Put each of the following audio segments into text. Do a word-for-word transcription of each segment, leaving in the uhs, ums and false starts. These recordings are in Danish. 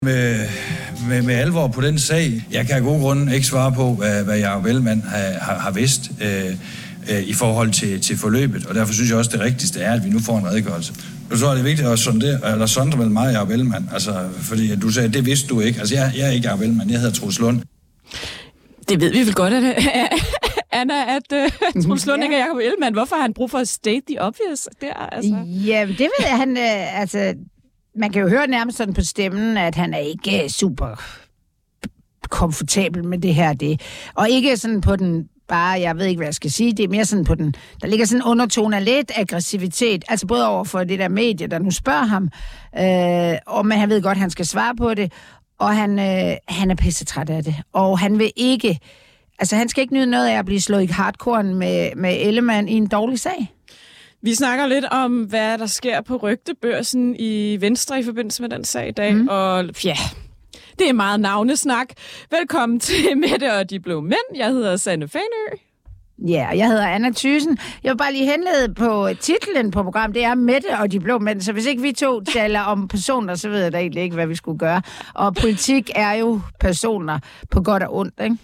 Med, med, med alvor på den sag. Jeg kan af gode grunde ikke svare på, hvad, hvad Jacob Ellemann har, har, har vidst øh, øh, i forhold til, til forløbet, og derfor synes jeg også, det rigtigste er, at vi nu får en redegørelse. Jeg tror, det er vigtigt at sondre, eller sondre mellem mig og Jacob Ellemann, altså, fordi du sagde, det vidste du ikke. Altså, jeg, jeg er ikke Jacob Ellemann, jeg hedder Troels Lund. Det ved vi vel godt, at Anna, at uh, Troels Lund ikke er Jacob Ellemann. Hvorfor har han brug for at state the obvious der? Altså? Ja, det ved jeg, han, øh, altså... Man kan jo høre nærmest sådan på stemmen, at han er ikke super komfortabel med det her. Det. Og ikke sådan på den, bare, jeg ved ikke, hvad jeg skal sige, det er mere sådan på den, der ligger sådan en undertone af lidt aggressivitet, altså både over for det der medie, der nu spørger ham, øh, og men han ved godt, at han skal svare på det, og han, øh, han er pissetræt af det. Og han vil ikke, altså han skal ikke nyde noget af at blive slået i hardcore med, med Ellemann i en dårlig sag. Vi snakker lidt om, hvad der sker på rygtebørsen i Venstre i forbindelse med den sag i dag. Mm. Og ja, det er meget navnesnak. Velkommen til Mette og de blå mænd. Jeg hedder Sanne Fanø. Ja, og jeg hedder Anna Thyssen. Jeg vil bare lige henlede på titlen på programmet. Det er Mette og de blå mænd. Så hvis ikke vi to taler om personer, så ved jeg da egentlig ikke, hvad vi skulle gøre. Og politik er jo personer på godt og ondt, ikke?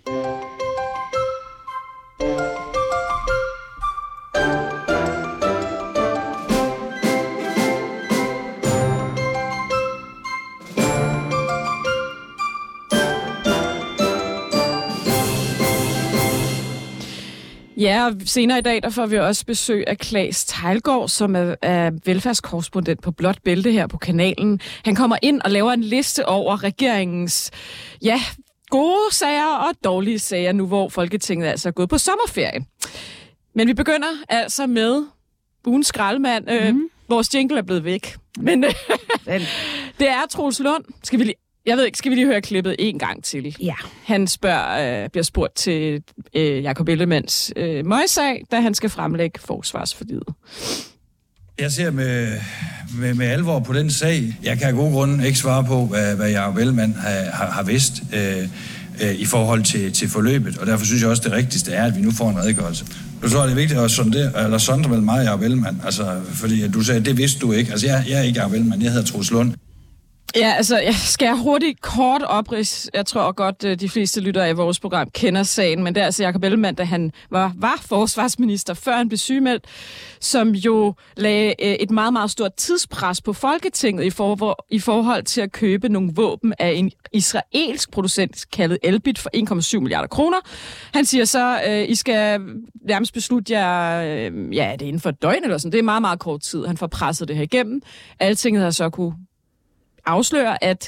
Ja, og senere i dag, der får vi også besøg af Claes Teilgaard, som er, er velfærdskorrespondent på Blåt Bælte her på kanalen. Han kommer ind og laver en liste over regeringens, ja, gode sager og dårlige sager, nu hvor Folketinget altså er gået på sommerferie. Men vi begynder altså med ugens skraldemand. Mm. Øh, vores jingle er blevet væk. Men øh, det er Troels Lund. Skal vi lige Jeg ved ikke, skal vi lige høre klippet en gang til? Ja. Han spørger, øh, bliver spurgt til øh, Jacob Ellemanns øh, møgssag, da han skal fremlægge forsvarsforliget. Jeg ser med, med, med alvor på den sag. Jeg kan af gode grunde ikke svare på, hvad, hvad Jacob Ellemann har, har, har vidst øh, øh, i forhold til, til forløbet, og derfor synes jeg også, det rigtigste er, at vi nu får en redegørelse. Jeg tror, det er vigtigt at sondre, eller sondre mellem mig og Jacob Ellemann, altså, fordi du sagde, det vidste du ikke. Altså, jeg, jeg er ikke Jacob Ellemann, jeg hedder Troels Lund. Ja, altså, jeg skal hurtigt kort oprids. Jeg tror godt, de fleste lyttere i vores program kender sagen, men det er altså Jacob Ellemann, da han var, var forsvarsminister, før han blev sygemeldt, som jo lagde et meget, meget stort tidspres på Folketinget i, for, i forhold til at købe nogle våben af en israelsk producent, kaldet Elbit, for en komma syv milliarder kroner. Han siger så, øh, I skal nærmest beslutte jer, øh, ja, det er inden for et døgn eller sådan. Det er meget, meget kort tid. Han får presset det her igennem. Altinget har så kunne afsløre, at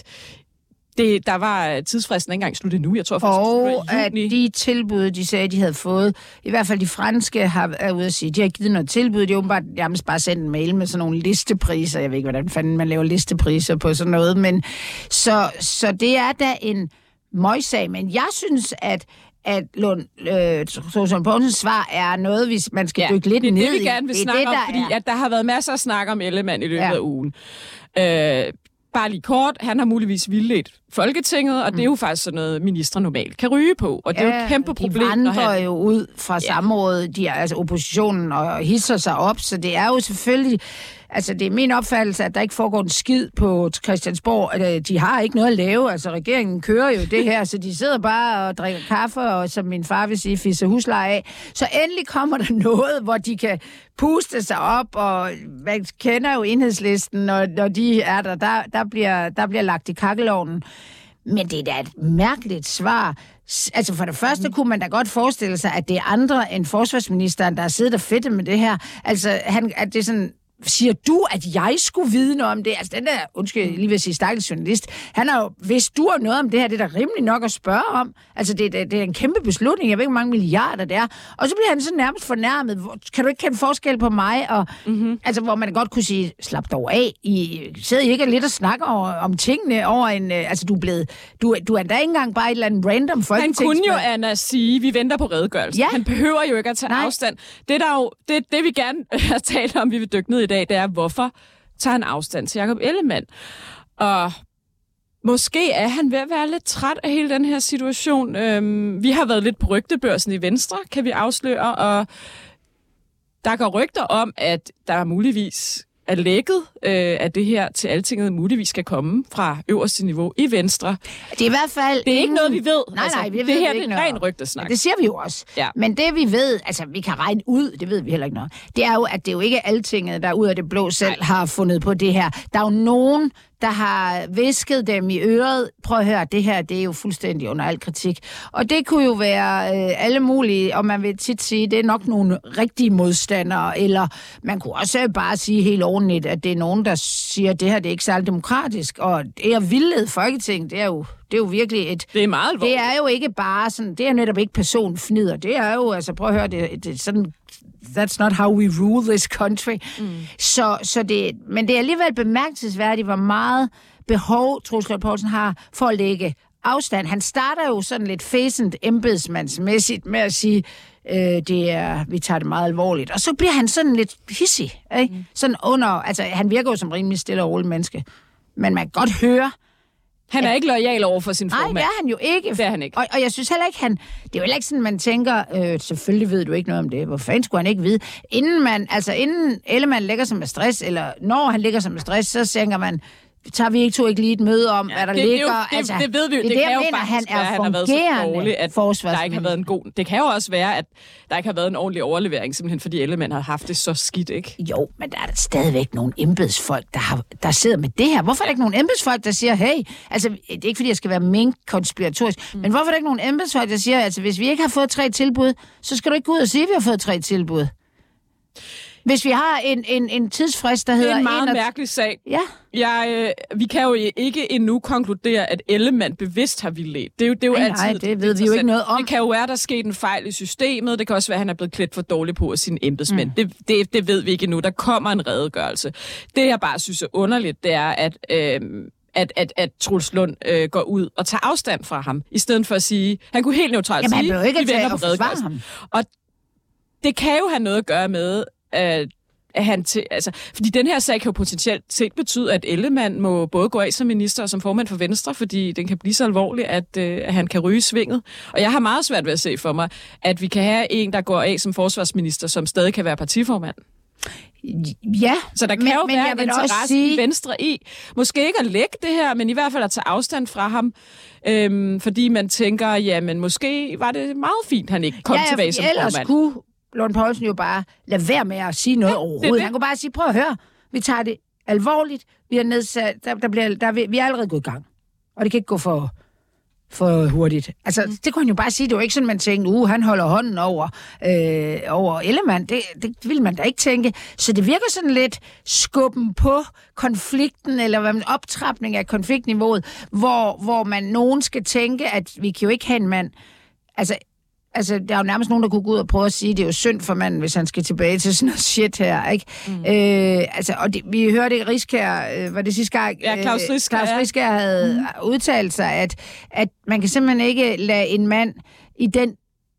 det, der var tidsfristen ikke engang sluttet nu. Jeg tror faktisk, og at de tilbud, de sagde, de havde fået, i hvert fald de franske har, er ude at sige, de har givet noget tilbud. De har åbenbart nærmest bare sendt en mail med sådan nogle listepriser. Jeg ved ikke, hvordan fanden man laver listepriser på sådan noget. Men, så, så det er da en møgssag. Men jeg synes, at at Lund, øh, Troels Poulsens svar er noget, hvis man skal dykke ja, lidt ned i. Det er det, vi gerne vil snakke det, om, fordi at der har været masser af snak om Ellemann i løbet ja. af ugen. Øh, Bare lige kort, han har muligvis vildledt Folketinget, og mm. det er jo faktisk sådan noget, ministre normalt kan ryge på, og det ja, er jo et kæmpe problem. De vandrer han... jo ud fra ja. samrådet, de er altså oppositionen, og hisser sig op, så det er jo selvfølgelig, altså det er min opfattelse, at der ikke foregår en skid på Christiansborg, at de har ikke noget at lave, altså regeringen kører jo det her, så de sidder bare og drikker kaffe, og som min far vil sige, fisser husleje af. Så endelig kommer der noget, hvor de kan puste sig op, og man kender jo Enhedslisten, når, når de er der, der, der, bliver, der bliver lagt i kakkelovnen. Men det er da et mærkeligt svar. Altså for det første kunne man da godt forestille sig, at det er andre end forsvarsministeren, der har siddet og fedtet med det her. Altså han, at det er sådan... Siger du, at jeg skulle vide noget om det? Altså den der, undskyld, lige vil sige stakkels journalist, han har jo, hvis du har noget om det her, det er da rimelig nok at spørge om. Altså det, det, det er en kæmpe beslutning, jeg ved ikke, hvor mange milliarder det er. Og så bliver han så nærmest fornærmet. Kan du ikke kende forskel på mig? Og, mm-hmm. Altså hvor man godt kunne sige, slap dog af. I sidder I ikke lidt og snakker over, om tingene over en, altså du er blevet, du, du er da ikke engang bare et eller andet random folketingsmand. Han kunne jo, Anna, sige, vi venter på redegørelsen. Ja. Han behøver jo ikke at tage Nej. afstand. Det der jo, det, det vi gerne har talt om, vi vil dykke ned i dag, det er, hvorfor tager han afstand til Jacob Ellemann? Og måske er han ved at være lidt træt af hele den her situation. Øhm, vi har været lidt på rygtebørsen i Venstre, kan vi afsløre, og der går rygter om, at der muligvis er lækket øh, af det her til Altinget muligvis skal komme fra øverste niveau i Venstre. Det er i hvert fald... Det er ikke noget, vi ved. Nej, altså, nej, vi ved det her det det er ren rygtesnak. Det siger vi jo også. Ja. Men det vi ved, altså vi kan regne ud, det ved vi heller ikke noget, det er jo, at det er jo ikke Altinget, der ud af det blå selv nej. har fundet på det her. Der er jo nogen, der har visket dem i øret. Prøv at høre, det her, det er jo fuldstændig under al kritik. Og det kunne jo være øh, alle mulige, og man vil tit sige, det er nok nogle rigtige modstandere, eller man kunne også bare sige helt ordentligt, at det er nogen, der siger, at det her det er ikke særlig demokratisk, og det er vildled Folketing, det er jo det er jo virkelig et... Det er meget alvorligt. Det er jo ikke bare sådan, det er netop ikke personfnider, det er jo, altså prøv at høre, det, det er sådan... That's not how we rule this country. Mm. Så, så det, men det er alligevel bemærkelsesværdigt, hvor meget behov Troels Lund Poulsen har for at lægge afstand. Han starter jo sådan lidt fæsent embedsmandsmæssigt med at sige, øh, det er, vi tager det meget alvorligt. Og så bliver han sådan lidt hissig. Ikke? Mm. Sådan under, altså han virker jo som rimelig stille og rolig menneske. Men man kan godt høre, han er ja. ikke loyal over for sin formand. Nej, det er han jo ikke. Det er han ikke. Og, og jeg synes heller ikke, han... Det er jo heller ikke sådan, man tænker, øh, selvfølgelig ved du ikke noget om det. Hvor fanden skulle han ikke vide? Inden man, altså inden Ellemann lægger sig med stress, eller når han lægger sig med stress, så tænker man, tager vi ikke to ikke lige et møde om, ja, hvad der det, ligger? Det, det, altså, det ved vi jo. Det, det, det kan jo mener, faktisk han er være, at han har været så dårlig, at der ikke har været en god... Det kan jo også være, at der ikke har været en ordentlig overlevering, simpelthen fordi Ellemann har haft det så skidt, ikke? Jo, men der er der stadigvæk nogle embedsfolk, der, har, der sidder med det her. Hvorfor er der ikke nogle embedsfolk, der siger, hey, altså, det er ikke fordi, jeg skal være mink-konspiratorisk, mm. men hvorfor er der ikke nogle embedsfolk, der siger, altså, hvis vi ikke har fået tre tilbud, så skal du ikke gå ud og sige, at vi har fået tre tilbud. Hvis vi har en, en, en tidsfrist, der hedder... Det er en meget en mærkelig sag. Ja. Jeg, øh, vi kan jo ikke endnu konkludere, at Ellemann bevidst har vildledt. Det er jo, det er jo nej, altid... Nej, det ved vi jo ikke noget om. Det kan jo være, at der er sket en fejl i systemet. Det kan også være, at han er blevet klædt for dårligt på af sine embedsmænd. Mm. Det, det, det ved vi ikke endnu. Der kommer en redegørelse. Det, jeg bare synes er underligt, det er, at... Øh, at, at, at Troels Lund øh, går ud og tager afstand fra ham, i stedet for at sige... Han kunne helt neutralt Jamen, sige... Jamen, han behøver ikke at forsvare ham. Og det kan jo have noget at gøre med... Øh, at han til, altså, fordi den her sag kan jo potentielt set betyde, at Ellemann må både gå af som minister og som formand for Venstre, fordi den kan blive så alvorlig, at, øh, at han kan ryge svinget. Og jeg har meget svært ved at se for mig, at vi kan have en, der går af som forsvarsminister, som stadig kan være partiformand. Ja, så der kan men, jo men være en interesse sige... i Venstre i, måske ikke at lægge det her, men i hvert fald at tage afstand fra ham, øhm, fordi man tænker, jamen måske var det meget fint, han ikke kom ja, ja, tilbage som formand. Ellers kunne Lund Poulsen jo bare lade være med at sige noget ja, overhovedet. Det det. Han kunne bare sige, prøv at høre, vi tager det alvorligt, vi er nedsat, der, der bliver, der, vi er allerede gået i gang, og det kan ikke gå for, for hurtigt. Altså, mm. det kunne han jo bare sige, det var ikke sådan, man tænkte, uh, han holder hånden over, øh, over Ellemann, det, det vil man da ikke tænke. Så det virker sådan lidt skubben på konflikten, eller hvad man, optrapning af konfliktniveauet, hvor, hvor man nogen skal tænke, at vi kan jo ikke have en mand, altså, Altså, der er jo nærmest nogen, der kunne gå ud og prøve at sige, at det er jo synd for manden, hvis han skal tilbage til sådan noget shit her, ikke? Mm. Øh, altså, og det, vi hørte ikke Riskær, øh, var det sidste gang? Ja, Claus Riskær. Claus Riskær havde mm. udtalt sig, at, at man kan simpelthen ikke lade en mand i den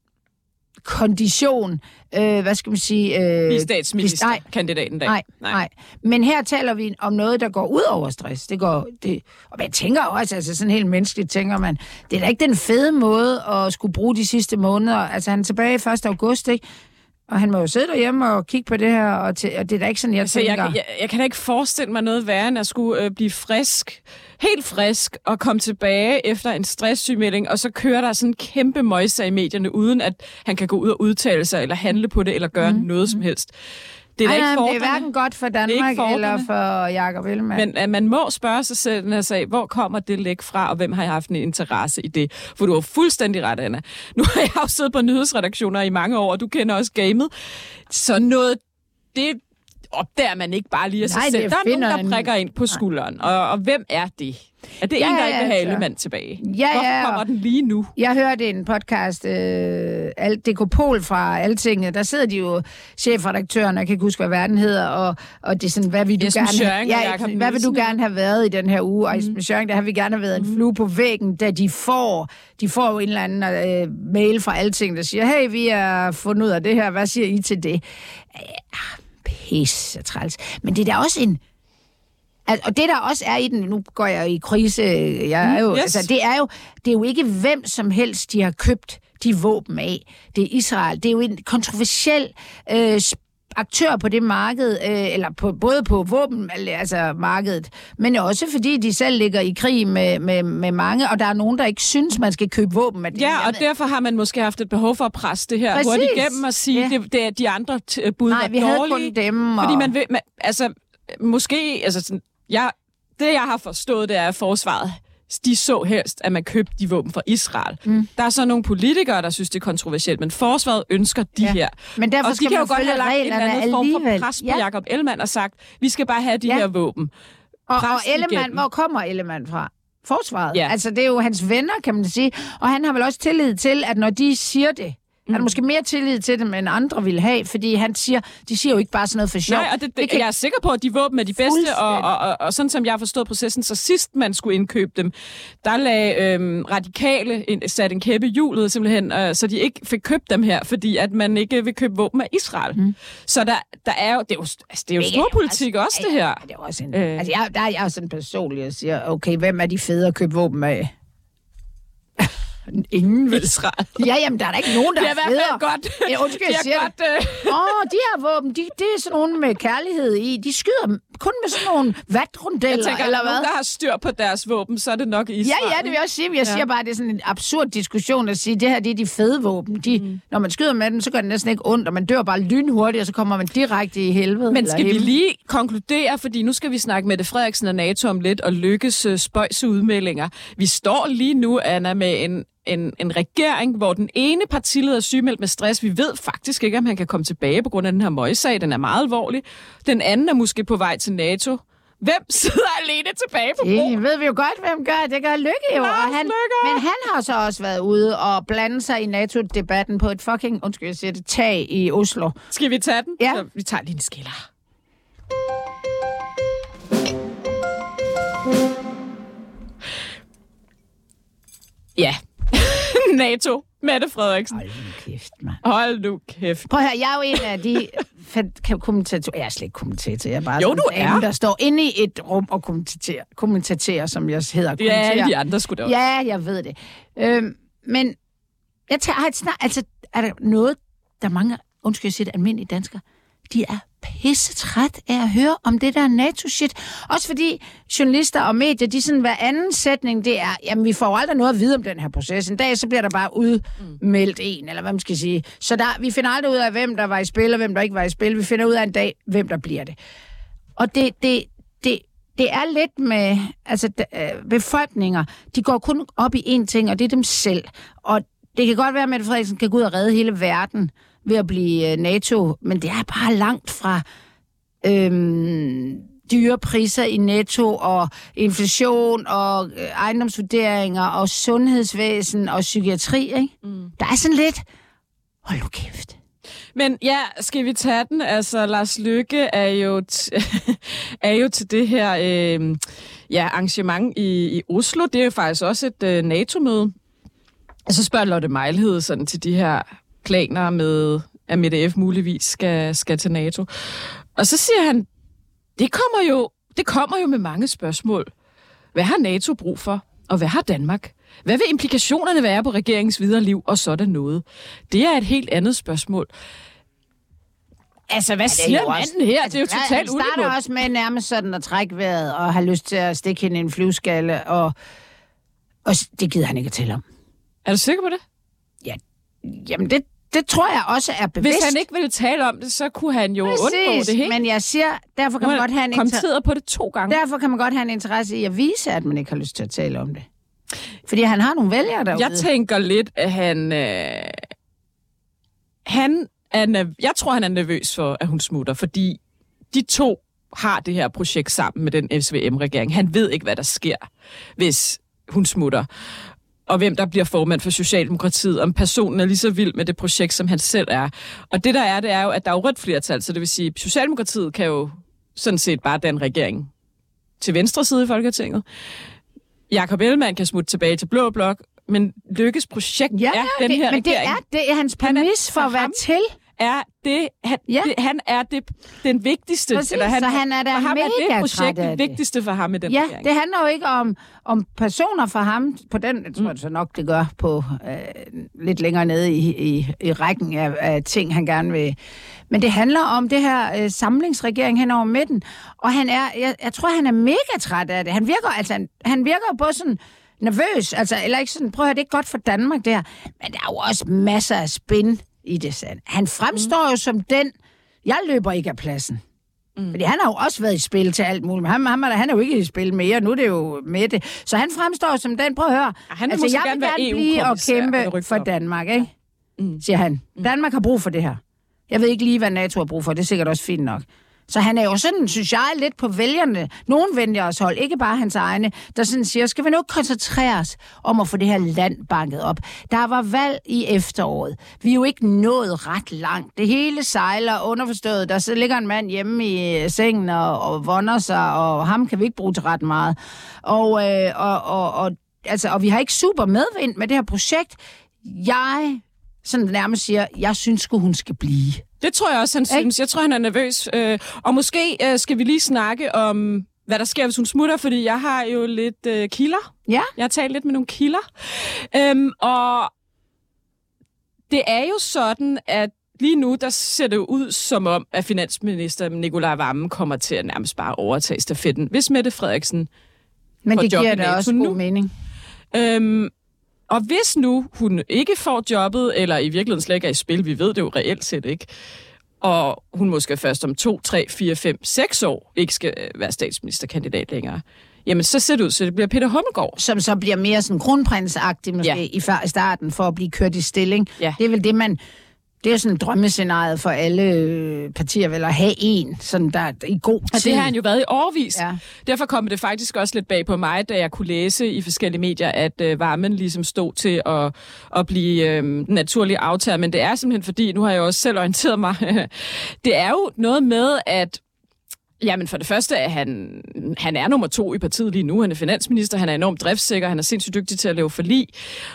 kondition, øh, hvad skal man sige... Øh, I statsministerkandidaten dag. Nej, nej, nej. Men her taler vi om noget, der går ud over stress. Det går, det, og man tænker også, altså sådan helt menneskeligt tænker man, det er da ikke den fede måde at skulle bruge de sidste måneder. Altså han er tilbage første august, ikke? Og han må jo sidde derhjemme og kigge på det her, og, til, og det er da ikke sådan, jeg altså, tænker... Jeg, jeg, jeg kan da ikke forestille mig noget værre, end at skulle øh, blive frisk, helt frisk, og komme tilbage efter en stresssygemelding, og så kører der sådan en kæmpe møjsag i medierne, uden at han kan gå ud og udtale sig, eller handle på det, eller gøre mm. noget som helst. Det er, Ej, ikke nej, det er hverken godt for Danmark eller for Jakob Ellemann. Men uh, man må spørge sig selv den her sag, hvor kommer det læk fra, og hvem har haft en interesse i det? For du har fuldstændig ret, Anna. Nu har jeg jo siddet på nyhedsredaktioner i mange år, og du kender også gamet. Så noget, det opdager man ikke bare lige af sig selv. Der er nogen, der prikker ind på skulderen. Og, og hvem er det? Er det ja, en, der ikke vil have Ellemann tilbage? Ja, Hvorfor ja, kommer den lige nu? Jeg hørte en podcast, øh, Dekopol fra Altinget. Der sidder de jo, chefredaktøren, jeg kan ikke huske, hvad verden hedder, og, og det er sådan, hvad vil du, gerne, Schøring, ja, hvad vil du gerne have været i den her uge? Og mm. Schøring, der har vi gerne have været en flue på væggen, da de får, de får jo en eller anden øh, mail fra Altinget, der siger, hey, vi har fundet ud af det her, hvad siger I til det? Øh, pisse træls. Men det er da også en... Og det der også er i den, nu går jeg i krise, jeg er jo, mm, yes. altså, det er jo, det er jo ikke hvem som helst, de har købt de våben af. Det er Israel. Det er jo en kontroversiel, øh, aktør på det marked, øh, eller på, både på våben, altså markedet, men også fordi de selv ligger i krig med, med, med mange, og der er nogen, der ikke synes, man skal købe våben med det. Ja, og derfor har man måske haft et behov for at presse det her Præcis. hurtigt igennem og sige, ja. det, det er de andre t- bud Nej, var vi dårlige. havde kun dem. Og... Fordi man vil, man, altså, måske, altså sådan, jeg, det jeg har forstået, det er, at forsvaret, de så helst, at man købte de våben fra Israel. Mm. Der er så nogle politikere, der synes, det er kontroversielt, men forsvaret ønsker de ja. her. Men derfor og de skal kan man jo godt have lagt en eller anden form for pres på ja. Jakob Ellemann og sagt, vi skal bare have de ja. her våben. Og, og Ellemann, hvor kommer Ellemann fra? Forsvaret. Ja. Altså, det er jo hans venner, kan man sige. Og han har vel også tillid til, at når de siger det, Mm. Han har måske mere tillid til dem, end andre vil have, fordi han siger, de siger jo ikke bare sådan noget for sjov. Nej, og det, det, det jeg er sikker på, at de våben er de bedste, og, og, og, og sådan som jeg har forstået processen, så sidst man skulle indkøbe dem, der lagde øhm, radikale en, sat en kæppe i hjulet simpelthen, øh, så de ikke fik købt dem her, fordi at man ikke vil købe våben af Israel. Mm. Så der, der er jo, det er jo, altså, det er jo storpolitik også, også, det her. Ja, det er også en, øh. altså, jeg, der er jeg sådan personlig, og siger, okay, hvem er de fede at købe våben af? Ingen ved Israel. Ja, jamen, der er da ikke nogen, der er federe. Det er i hvert fald godt. Ja, undskyld, jeg siger godt, øh... Åh, oh, de her våben, de, det er sådan nogle med kærlighed i. De skyder kun med sådan nogle vatrundeller, jeg tænker, eller hvad? hvad? Der har styr på deres våben, så er det nok Israel. Ja, ja, det vil jeg også sige. Jeg ja. siger bare, at det er sådan en absurd diskussion at sige, det her det er de fede våben. De, mm. Når man skyder med dem, så gør det næsten ikke ondt, og man dør bare lynhurtigt, og så kommer man direkte i helvede. Men skal vi lige konkludere, fordi nu skal vi snakke med Mette Frederiksen og NATO om lidt, og lykkes uh, spøjse udmeldinger. Vi står lige nu, Anna, med en En, en regering, hvor den ene partileder er sygemeldt med stress. Vi ved faktisk ikke, om han kan komme tilbage på grund af den her møgssag. Den er meget alvorlig. Den anden er måske på vej til NATO. Hvem sidder alene tilbage på bordet? Det ved vi jo godt, hvem gør. Det gør Løkke jo. Og han, men han har så også været ude og blande sig i NATO-debatten på et fucking, undskyld, jeg siger det, tag i Oslo. Skal vi tage den? Ja. Så vi tager lige en skiller. Ja. NATO. Mette Frederiksen. Hold nu kæft, mand. Hold nu kæft. Prøv at høre, jeg er jo en af de kommentatorer. Jeg er slet ikke kommentator. Jeg er bare jo, du er. En, der står inde i et rum og kommentaterer, kommentaterer som jeg hedder. Ja, alle de andre skulle det også. Ja, jeg ved det. Øhm, men jeg tager, har et snart, altså, er der noget, der mange, undskyld, jeg siger det, almindelige danskere, de er pisse træt af at høre om det der NATO-shit. Også fordi journalister og medier, de sådan hver anden sætning, det er, jamen vi får aldrig noget at vide om den her proces. En dag, så bliver der bare udmeldt en, eller hvad man skal sige. Så der, vi finder aldrig ud af, hvem der var i spil, og hvem der ikke var i spil. Vi finder ud af en dag, hvem der bliver det. Og det, det, det, det er lidt med, altså befolkninger, de går kun op i én ting, og det er dem selv. Og det kan godt være, at Mette Frederiksen kan gå ud og redde hele verden ved at blive NATO, men det er bare langt fra øhm, dyre priser i Netto og inflation og øh, ejendomsvurderinger og sundhedsvæsen og psykiatri, ikke? Mm. Der er sådan lidt, hold nu kæft. Men ja, skal vi tage den? Altså, Lars Løkke er jo, t- er jo til det her øh, ja, arrangement i, i Oslo. Det er jo faktisk også et øh, NATO-møde. Og så spørger Lotte Mejlhed sådan til de her planer med, at Mette F. muligvis skal, skal til NATO. Og så siger han, det kommer, jo, det kommer jo med mange spørgsmål. Hvad har NATO brug for? Og hvad har Danmark? Hvad vil implikationerne være på regeringens videre liv og sådan noget? Det er et helt andet spørgsmål. Altså, hvad ja, siger manden her? Altså, det er jo totalt ulimod. Han starter også med nærmest sådan at trække vejret og have lyst til at stikke hende i en flyveskalle, og, og det gider han ikke at tælle om. Er du sikker på det? Ja, jamen det, det tror jeg også er bevidst. Hvis han ikke ville tale om det, så kunne han jo Præcis, undgå det hele. Men jeg siger, derfor kan man godt have en interesse på det to gange. Derfor kan man godt have en interesse i at vise, at man ikke har lyst til at tale om det. Fordi han har nogle vælgere derude. Jeg tænker lidt, at han... Øh, han er nerv- jeg tror, han er nervøs for, at hun smutter, fordi de to har det her projekt sammen med den S V M-regering. Han ved ikke, hvad der sker, hvis hun smutter. Og hvem der bliver formand for Socialdemokratiet, om personen er lige så vild med det projekt, som han selv er. Og det der er, det er jo, at der er jo rødt flertal, så det vil sige, at Socialdemokratiet kan jo sådan set bare den regering til venstre side i Folketinget. Jakob Ellemann kan smutte tilbage til Blå Blok, men Løkkes projekt ja, er den det, her men regering. det er, det er hans præmis for at være til. Er det, han, Ja. det, han er det, den vigtigste. Præcis, eller han, så han er da for ham mega er det træt projekt af det det. vigtigste for ham i den Ja, regering. det handler jo ikke om, om personer for ham på den, jeg tror Mm. så nok det gør på øh, lidt længere nede i, i, i rækken af, af ting, han gerne vil. Men det handler om det her øh, samlingsregering hen over midten, og han er, jeg, jeg tror, han er mega træt af det. Han virker, altså, han, han virker både sådan nervøs, altså, eller ikke sådan, prøv at høre, det er ikke godt for Danmark der, men der er jo også masser af spin i det sand. Han fremstår mm. jo som den, jeg løber ikke af pladsen. Mm. Fordi han har jo også været i spil til alt muligt. Han, han, han er jo ikke i spil mere, nu er det jo med det. Så han fremstår som den, prøv at høre. Han altså, jeg vil gerne blive og kæmpe for Danmark, ikke? Mm. Siger han. Danmark har brug for det her. Jeg ved ikke lige, hvad NATO har brug for, det er sikkert også fint nok. Så han er jo sådan, synes jeg, lidt på vælgerne, nogle vælgeres hold, ikke bare hans egne, der sådan siger, skal vi nu koncentrere os om at få det her land banket op? Der var valg i efteråret. Vi er jo ikke nået ret langt. Det hele sejler underforstået. Der så ligger en mand hjemme i sengen og, og vonder sig, og ham kan vi ikke bruge til ret meget. Og, øh, og, og, og, altså, og vi har ikke super medvind med det her projekt. Jeg sådan nærmest siger, jeg synes sgu, hun skal blive. Det tror jeg også, han synes. Jeg tror, han er nervøs. Øh, og måske øh, skal vi lige snakke om, hvad der sker, hvis hun smutter, fordi jeg har jo lidt øh, kilder. Ja. Jeg har talt lidt med nogle kilder. Øhm, og det er jo sådan, at lige nu, der ser det jo ud som om, at finansminister Nicolai Wammen kommer til at nærmest bare overtage stafetten, hvis Mette Frederiksen Men det får job giver i da NATO også nu. god mening. Øhm, og hvis nu hun ikke får jobbet, eller i virkeligheden slet ikke er i spil, vi ved det jo reelt set ikke, og hun måske først om to, tre, fire, fem, seks år ikke skal være statsministerkandidat længere, jamen så ser det ud, så det bliver Peter Hummelgaard. Som så bliver mere sådan kronprinsagtig måske Ja. i, før, i starten for at blive kørt i stilling. Ja. Det er vel det, man... Det er jo sådan et drømmescenarie for alle øh, partier, vel at have en, sådan der i god tid. Og det har han jo været i årevis. Ja. Derfor kom det faktisk også lidt bag på mig, da jeg kunne læse i forskellige medier, at øh, Wammen ligesom stod til at, at blive øh, den naturlige aftager. Men det er simpelthen fordi, nu har jeg også selv orienteret mig, det er jo noget med, at jamen for det første er han, han er nummer to i partiet lige nu. Han er finansminister, han er enormt driftssikker, han er sindssygt dygtig til at lave forlig.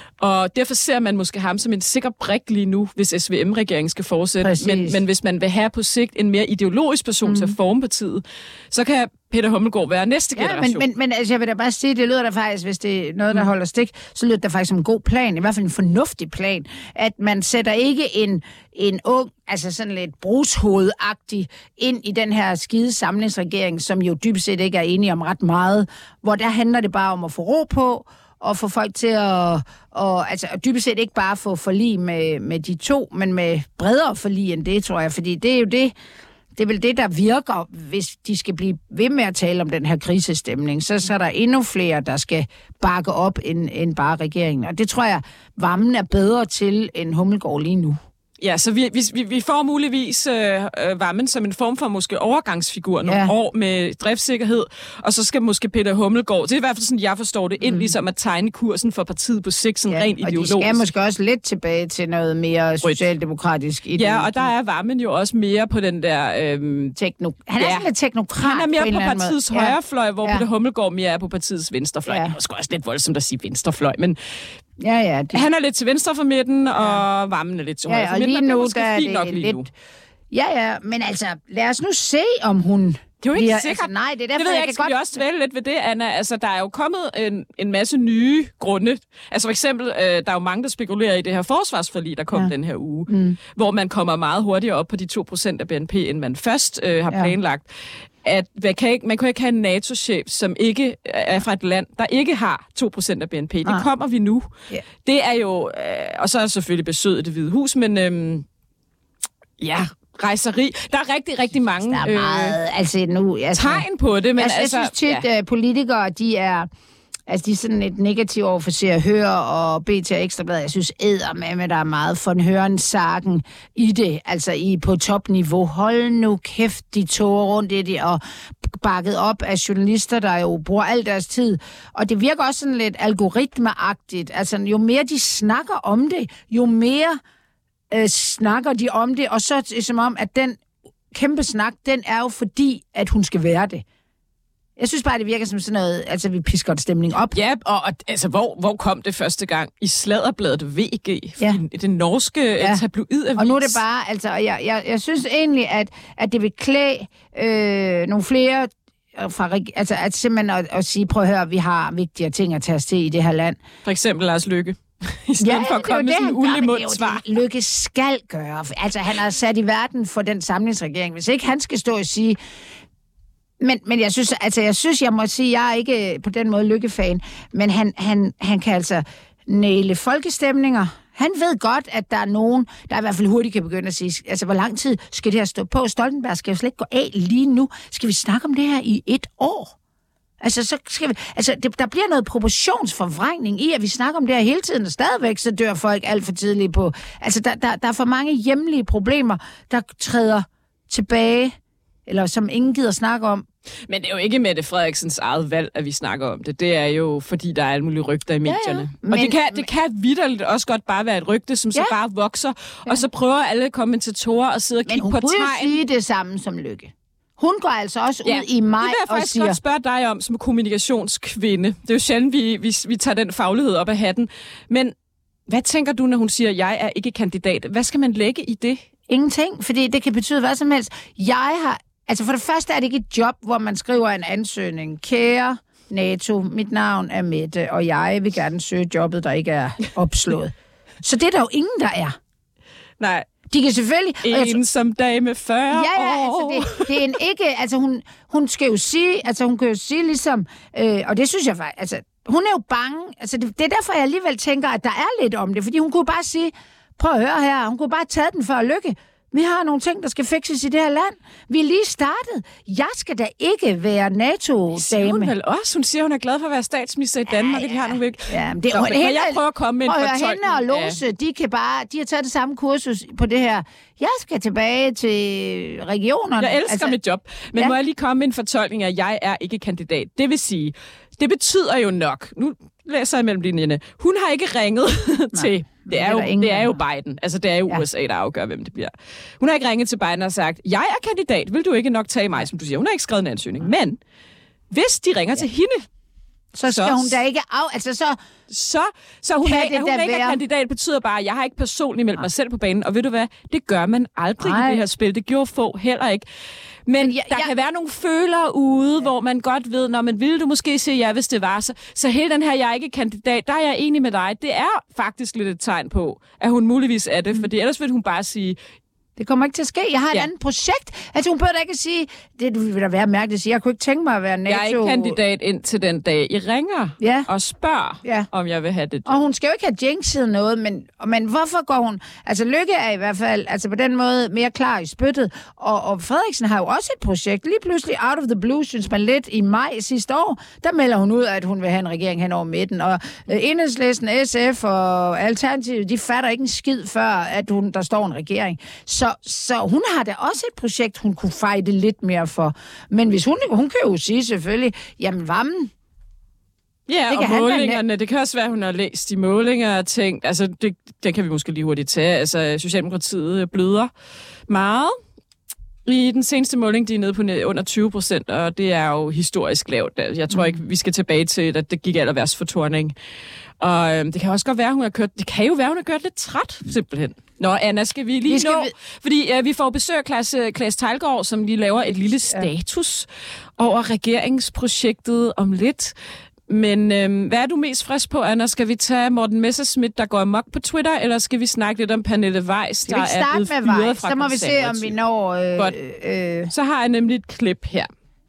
Og derfor ser man måske ham som en sikker brik lige nu, hvis S V M-regeringen skal fortsætte. Men, men hvis man vil have på sigt en mere ideologisk person mm. til at forme partiet, så kan Peter Hummelgaard være næste ja, generation. Men, men, men altså, jeg vil da bare sige, det lyder da faktisk, hvis det er noget, der holder stik, så lyder det da faktisk som en god plan, i hvert fald en fornuftig plan, at man sætter ikke en, en ung, altså sådan lidt brugshovedagtig, ind i den her skide samlingsregering, som jo dybest set ikke er enige om ret meget, hvor der handler det bare om at få ro på, og få folk til at, og, altså, dybest set ikke bare få forlig med, med de to, men med bredere forlig end det, tror jeg, fordi det er jo det, det er vel det, der virker, hvis de skal blive ved med at tale om den her krisestemning, så, så er der endnu flere, der skal bakke op end, end bare regeringen, og det tror jeg, Wammen er bedre til end Hummelgaard lige nu. Ja, så vi, vi, vi får muligvis øh, Wammen som en form for måske overgangsfigur nogle ja. år med driftssikkerhed, og så skal måske Peter Hummelgaard, det er i hvert fald sådan, jeg forstår det, ind mm. ligesom at tegne kursen for partiet på sigt, sådan ja, rent ideologisk. Og de skal måske også lidt tilbage til noget mere socialdemokratisk ideologi. Ja, og der er Wammen jo også mere på den der... Øhm, Tekno... Han er ja. sådan lidt teknokrat. Han er mere på, på partiets højrefløj, hvor ja. Peter Hummelgaard mere er på partiets venstrefløj. Ja. Det er måske også lidt voldsomt at sige venstrefløj, men... Ja, ja. Det... Han er lidt til venstre for midten, og ja. Wammen er lidt til højre ja, for midten, og, nu, det er måske der fint er nok det lige lidt... nu. Ja, ja, men altså, lad os nu se, om hun... Det er jo ikke bliver, sikkert. Altså, nej, det er derfor, det ved jeg, jeg ikke, kan godt... vi også dvæle lidt ved det, Anna. Altså, der er jo kommet en, en masse nye grunde. Altså for eksempel, øh, der er jo mange, der spekulerer i det her forsvarsforlig, der kom ja. den her uge, mm. hvor man kommer meget hurtigere op på de to procent af B N P, end man først øh, har planlagt. Ja. At man kan, ikke, man kan ikke have en NATO-chef, som ikke er fra et land, der ikke har to procent af B N P. Det ah. kommer vi nu. Yeah. Det er jo... Øh, og så er der selvfølgelig besøget i Det Hvide Hus, men... Øh, ja... rejseri. Der er rigtig, rigtig mange der er meget, øh, altså nu, altså, tegn på det, men altså, altså... Jeg synes tit, ja. at politikere, de er... Altså, de er sådan et negativt over for Se og Hør og B T og Ekstrablad. Jeg synes, eddermame, der er meget von Hørensagen i det. Altså, i på topniveau. Hold nu kæft, de tog rundt i det, og bakket op af journalister, der jo bruger al deres tid. Og det virker også sådan lidt algoritmeagtigt. Altså, jo mere de snakker om det, jo mere øh, snakker de om det, og så er det som om, at den kæmpe snak, den er jo fordi, at hun skal være det. Jeg synes bare, det virker som sådan noget, altså vi pisker en stemning op. Ja, og, og altså, hvor, hvor kom det første gang? I Sladderbladet V G, ja. det norske ja. tabloidavis. Og nu er det bare, altså, jeg, jeg, jeg synes egentlig, at, at det vil klæde øh, nogle flere, fra, altså at simpelthen at, at sige, prøv at høre, vi har vigtigere ting at tage os til i det her land. For eksempel Lars Løkke. I stedet ja, for at komme med sådan en ulemund svar. Det Løkke skal gøre. Altså, han er sat i verden for den samlingsregering. Hvis ikke han skal stå og sige... Men, men jeg synes, altså, jeg synes, jeg må sige, jeg er ikke på den måde Løkke-fan, men han, han, han kan altså næle folkestemninger. Han ved godt, at der er nogen, der i hvert fald hurtigt kan begynde at sige, altså, hvor lang tid skal det her stå på? Stoltenberg skal jo slet ikke gå af lige nu. Skal vi snakke om det her i et år? Altså, så skal vi, altså det, der bliver noget proportionsforvrængning i, at vi snakker om det her hele tiden, og stadigvæk så dør folk alt for tidligt på. Altså, der, der, der er for mange hjemlige problemer, der træder tilbage, eller som ingen gider snakke om. Men det er jo ikke Mette Frederiksens eget valg, at vi snakker om det. Det er jo, fordi der er alle mulige rygter i medierne. Ja, ja. Men, og det kan, det kan vitterligt også godt bare være et rygte, som ja. så bare vokser, ja. og så prøver alle kommentatorer at sidde og kigge på tegn. Men hun kunne sige det samme som Løkke. Hun går altså også ja, ud i maj og siger... Det vil jeg faktisk siger, godt spørge dig om som kommunikationskvinde. Det er jo sjældent, vi, vi, vi tager den faglighed op af hatten. Men hvad tænker du, når hun siger, at jeg er ikke kandidat? Hvad skal man lægge i det? Ingenting, fordi det kan betyde hvad som helst. Jeg har... Altså for det første er det ikke et job, hvor man skriver en ansøgning. Kære NATO, mit navn er Mette, og jeg vil gerne søge jobbet, der ikke er opslået. Så det er der jo ingen, der er. Nej. De kan selvfølgelig... En som dame fyrre ja, ja, år. Altså det, det er en ikke... Altså hun, hun skal jo sige... Altså hun kan jo sige ligesom... Øh, og det synes jeg faktisk... Altså hun er jo bange. Altså det, det er derfor, jeg alligevel tænker, at der er lidt om det. Fordi hun kunne bare sige... Prøv at høre her. Hun kunne bare tage den for Løkke. Vi har nogle ting, der skal fikses i det her land. Vi er lige startet. Jeg skal da ikke være NATO-dame. Det siger hun vel også. Hun siger, hun er glad for at være statsminister i Danmark. Ja, ja. Det har nogle væk. Ja, det, og, hende, jeg prøver at komme med en fortolkning. Hende og Lose, ja. de, kan bare, de har taget det samme kursus på det her. Jeg skal tilbage til regionerne. Jeg elsker altså, mit job. Men ja. må jeg lige komme med en fortolkning af, at jeg er ikke kandidat. Det vil sige, det betyder jo nok... Nu læser jeg mellem linjerne. Hun har ikke ringet til... Det er, jo, det er jo Biden. Altså, det er jo ja. U S A, der afgør, hvem det bliver. Hun har ikke ringet til Biden og sagt, jeg er kandidat, vil du ikke nok tage mig, som du siger. Hun har ikke skrevet en ansøgning. Men hvis de ringer ja. til hende... Så skal så, hun da ikke af... Altså, så... Så, så hun, er, hun ikke er kandidat, betyder bare, at jeg har ikke personligt meldt mig selv på banen. Og ved du hvad? Det gør man aldrig Ej. i det her spil. Det gjorde få heller ikke. Men ja, der ja. kan være nogle følere ude, ja. hvor man godt ved, når man ville du måske sige ja, hvis det var. Så, så hele den her, jeg er ikke kandidat, der er jeg enig med dig. Det er faktisk lidt et tegn på, at hun muligvis er det. Mm. Fordi ellers vil hun bare sige... Det kommer ikke til at ske. Jeg har et ja. andet projekt. Altså, hun bør da ikke sige, det vil da være mærkeligt at sige, jeg kunne ikke tænke mig at være NATO. Jeg er ikke kandidat indtil den dag, I ringer ja. og spørger, ja. om jeg vil have det. Og hun skal jo ikke have jinxet noget, men, men hvorfor går hun... Altså, Løkke er i hvert fald altså på den måde mere klar i spyttet, og, og Frederiksen har jo også et projekt. Lige pludselig, out of the blue, synes man lidt i maj sidste år, der melder hun ud, at hun vil have en regering hen over midten, og øh, Enhedslisten, S F og Alternativet, de fatter ikke en skid før, at hun, der står en regering. Så Så hun har da også et projekt, hun kunne fejde lidt mere for. Men hvis hun, hun kan jo sige selvfølgelig, jamen varmen. Ja, det og målingerne, det kan også være, at hun har læst de målinger og tænkt, altså det, det kan vi måske lige hurtigt tage, altså Socialdemokratiet bløder meget. I den seneste måling, de er nede på under tyve procent, og det er jo historisk lavt. Jeg tror ikke, vi skal tilbage til, at det gik aller værst for Thorning. Og øhm, det kan også godt være, hun har kørt, det kan jo være, hun har kørt lidt træt, simpelthen. Nå, Anna, skal vi lige vi skal nå? Vi... Fordi øh, vi får besøg af Claes, Claes Teilgaard, som lige laver et lille status ja. over regeringsprojektet om lidt. Men øh, hvad er du mest frisk på, Anna? Skal vi tage Morten Messerschmidt, der går amok på Twitter, eller skal vi snakke lidt om Pernille Weiss, der er blevet fyret fra så må vi se, om vi når... Øh, øh... Så har jeg nemlig et klip her.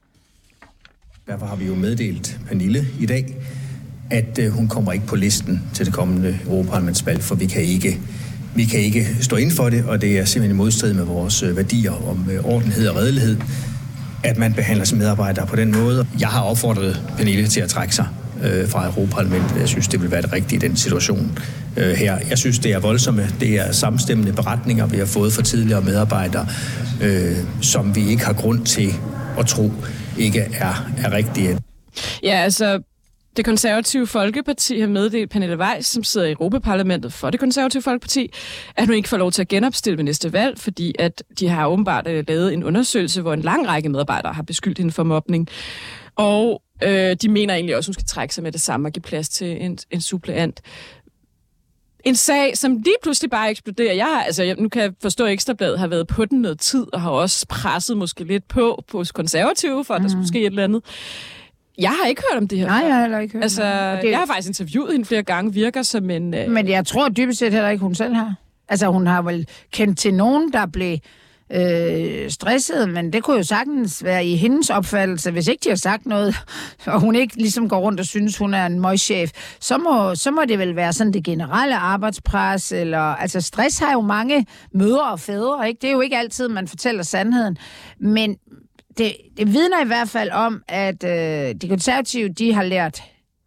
Derfor har vi jo meddelt Pernille i dag, at øh, hun kommer ikke på listen til det kommende Europaparlamentsvalg, for vi kan ikke... Vi kan ikke stå inden for det, og det er simpelthen i modstrid med vores værdier om ordenhed og redelighed, at man behandler som medarbejdere på den måde. Jeg har opfordret Pernille til at trække sig øh, fra Europaparlamentet. Jeg synes, det vil være det rigtige i den situation øh, her. Jeg synes, det er voldsomme. Det er samstemmende beretninger, vi har fået fra tidligere medarbejdere, øh, som vi ikke har grund til at tro ikke er, er rigtige. Ja, altså... Det konservative Folkeparti har meddelt Pernille Weiss, som sidder i Europaparlamentet for det konservative Folkeparti, at hun ikke får lov til at genopstille ved næste valg, fordi at de har åbenbart lavet en undersøgelse, hvor en lang række medarbejdere har beskyldt hende for mobning. Og øh, de mener egentlig også, at hun skal trække sig med det samme og give plads til en, en suppleant. En sag, som lige pludselig bare eksploderer. Jeg har, altså, jeg, nu kan jeg forstå, at Ekstrabladet har været på den noget tid, og har også presset måske lidt på, på konservative, for at mm. der skulle ske et eller andet. Jeg har ikke hørt om det her. Nej, jeg har heller ikke hørt altså, det. Jeg har faktisk interviewet hende flere gange, virker som en... Øh... Men jeg tror dybest set heller ikke, hun selv har. Altså, hun har vel kendt til nogen, der blev øh, stresset, men det kunne jo sagtens være i hendes opfattelse, hvis ikke de har sagt noget, og hun ikke ligesom går rundt og synes, hun er en møgchef, så må, så må det vel være sådan det generelle arbejdspres, eller... Altså, stress har jo mange mødre og fædre, ikke? Det er jo ikke altid, man fortæller sandheden, men... Det, det vidner i hvert fald om, at øh, de konservative, de har lært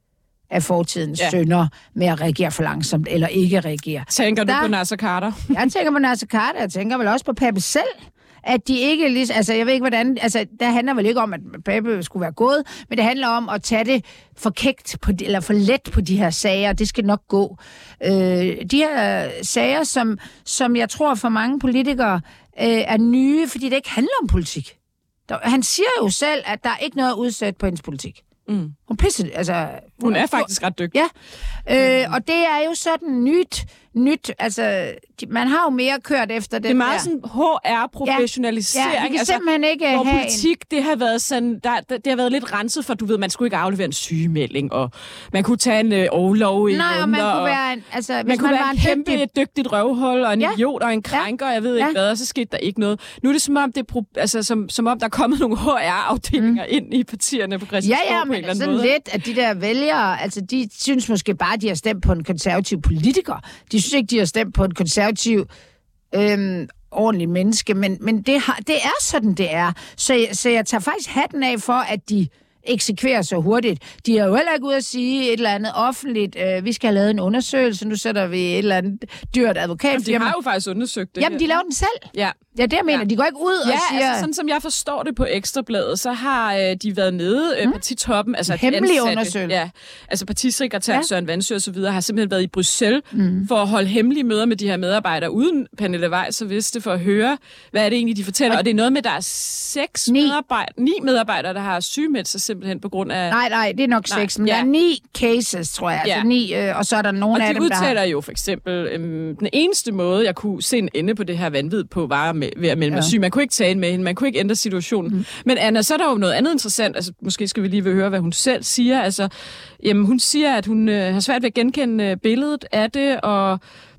af fortidens ja. synder med at reagere for langsomt, eller ikke reagere. Tænker du der, på Nasser Carter? Jeg tænker på Nasser Carter, jeg tænker vel også på Pape selv, at de ikke ligesom, altså jeg ved ikke hvordan, altså der handler vel ikke om, at Pape skulle være gået, men det handler om at tage det for kægt, på, eller for let på de her sager, det skal nok gå. Øh, de her sager, som, som jeg tror for mange politikere øh, er nye, fordi det ikke handler om politik. Han siger jo selv, at der er ikke noget udsat på hendes politik. Mm. Hun pisser, altså... Hun, hun er faktisk ret dygtig. Ja, øh, mm. og det er jo sådan nyt, nyt, altså... De, man har jo mere kørt efter det. Det er meget der. Sådan H R-professionalisering. Ja, ja, det kan simpelthen altså, ikke hvor have politik, en... det har været sådan... Der, der, det har været lidt renset for, du ved, man skulle ikke aflevere en sygemelding, og man kunne tage en øh, overlov i Nej, og man kunne og, være en... Altså, man hvis kunne man være var en en kæmpe dygtig... dygtigt røvhul, og en ja. idiot, og en krænker, ja. jeg ved ikke ja. hvad, og så skete der ikke noget. Nu er det som om, det er, altså, som, som om der er kommet nogle H R-afdelinger mm. ind i partierne på Christiansborg. Ja, ja, men sådan måde. Lidt, at de der vælgere, altså de synes måske bare, at de har stemt på en konservativ politiker. De synes ikke, de har stemt på en konservativ øhm, ordentlig menneske, men, men det, har, det er sådan, det er. Så, så jeg tager faktisk hatten af for, at de eksekverer så hurtigt. De er jo heller ikke ude at sige et eller andet offentligt, øh, vi skal have lavet en undersøgelse, nu sætter vi et eller andet dyrt advokat. Jamen, de har jo faktisk undersøgt det. Jamen, de laver den selv. Ja. Ja, det jeg mener, ja. De går ikke ud ja, og siger... Ja, altså sådan som jeg forstår det på Ekstrabladet, så har øh, de været nede, øh, mm. partitoppen, altså hemmelig undersøgelse. Ja, altså partisekretær ja. Søren Vandsø og så videre, har simpelthen været i Bruxelles mm. for at holde hemmelige møder med de her medarbejdere, uden Pernille Weiss så vidste, for at høre, hvad er det egentlig, de fortæller. Og, og det er noget med, der er seks ni. medarbejdere, ni medarbejdere, der har sygemeldt sig simpelthen på grund af... Nej, nej, det er nok nej. seks, men ja. der er ni cases, tror jeg. Ja. Altså ni, øh, og så er der nogle og af de dem, der udtaler jo for eksempel, øh, den eneste måde, jeg kunne se en ende på det her vanvid på, var med, ved at melde mig syg. Man kunne ikke tale med hende, man kunne ikke ændre situationen. Mm. Men Anna, så er der jo noget andet interessant, altså måske skal vi lige høre, hvad hun selv siger. Altså, jamen, hun siger, at hun øh, har svært ved at genkende øh, billedet af det, og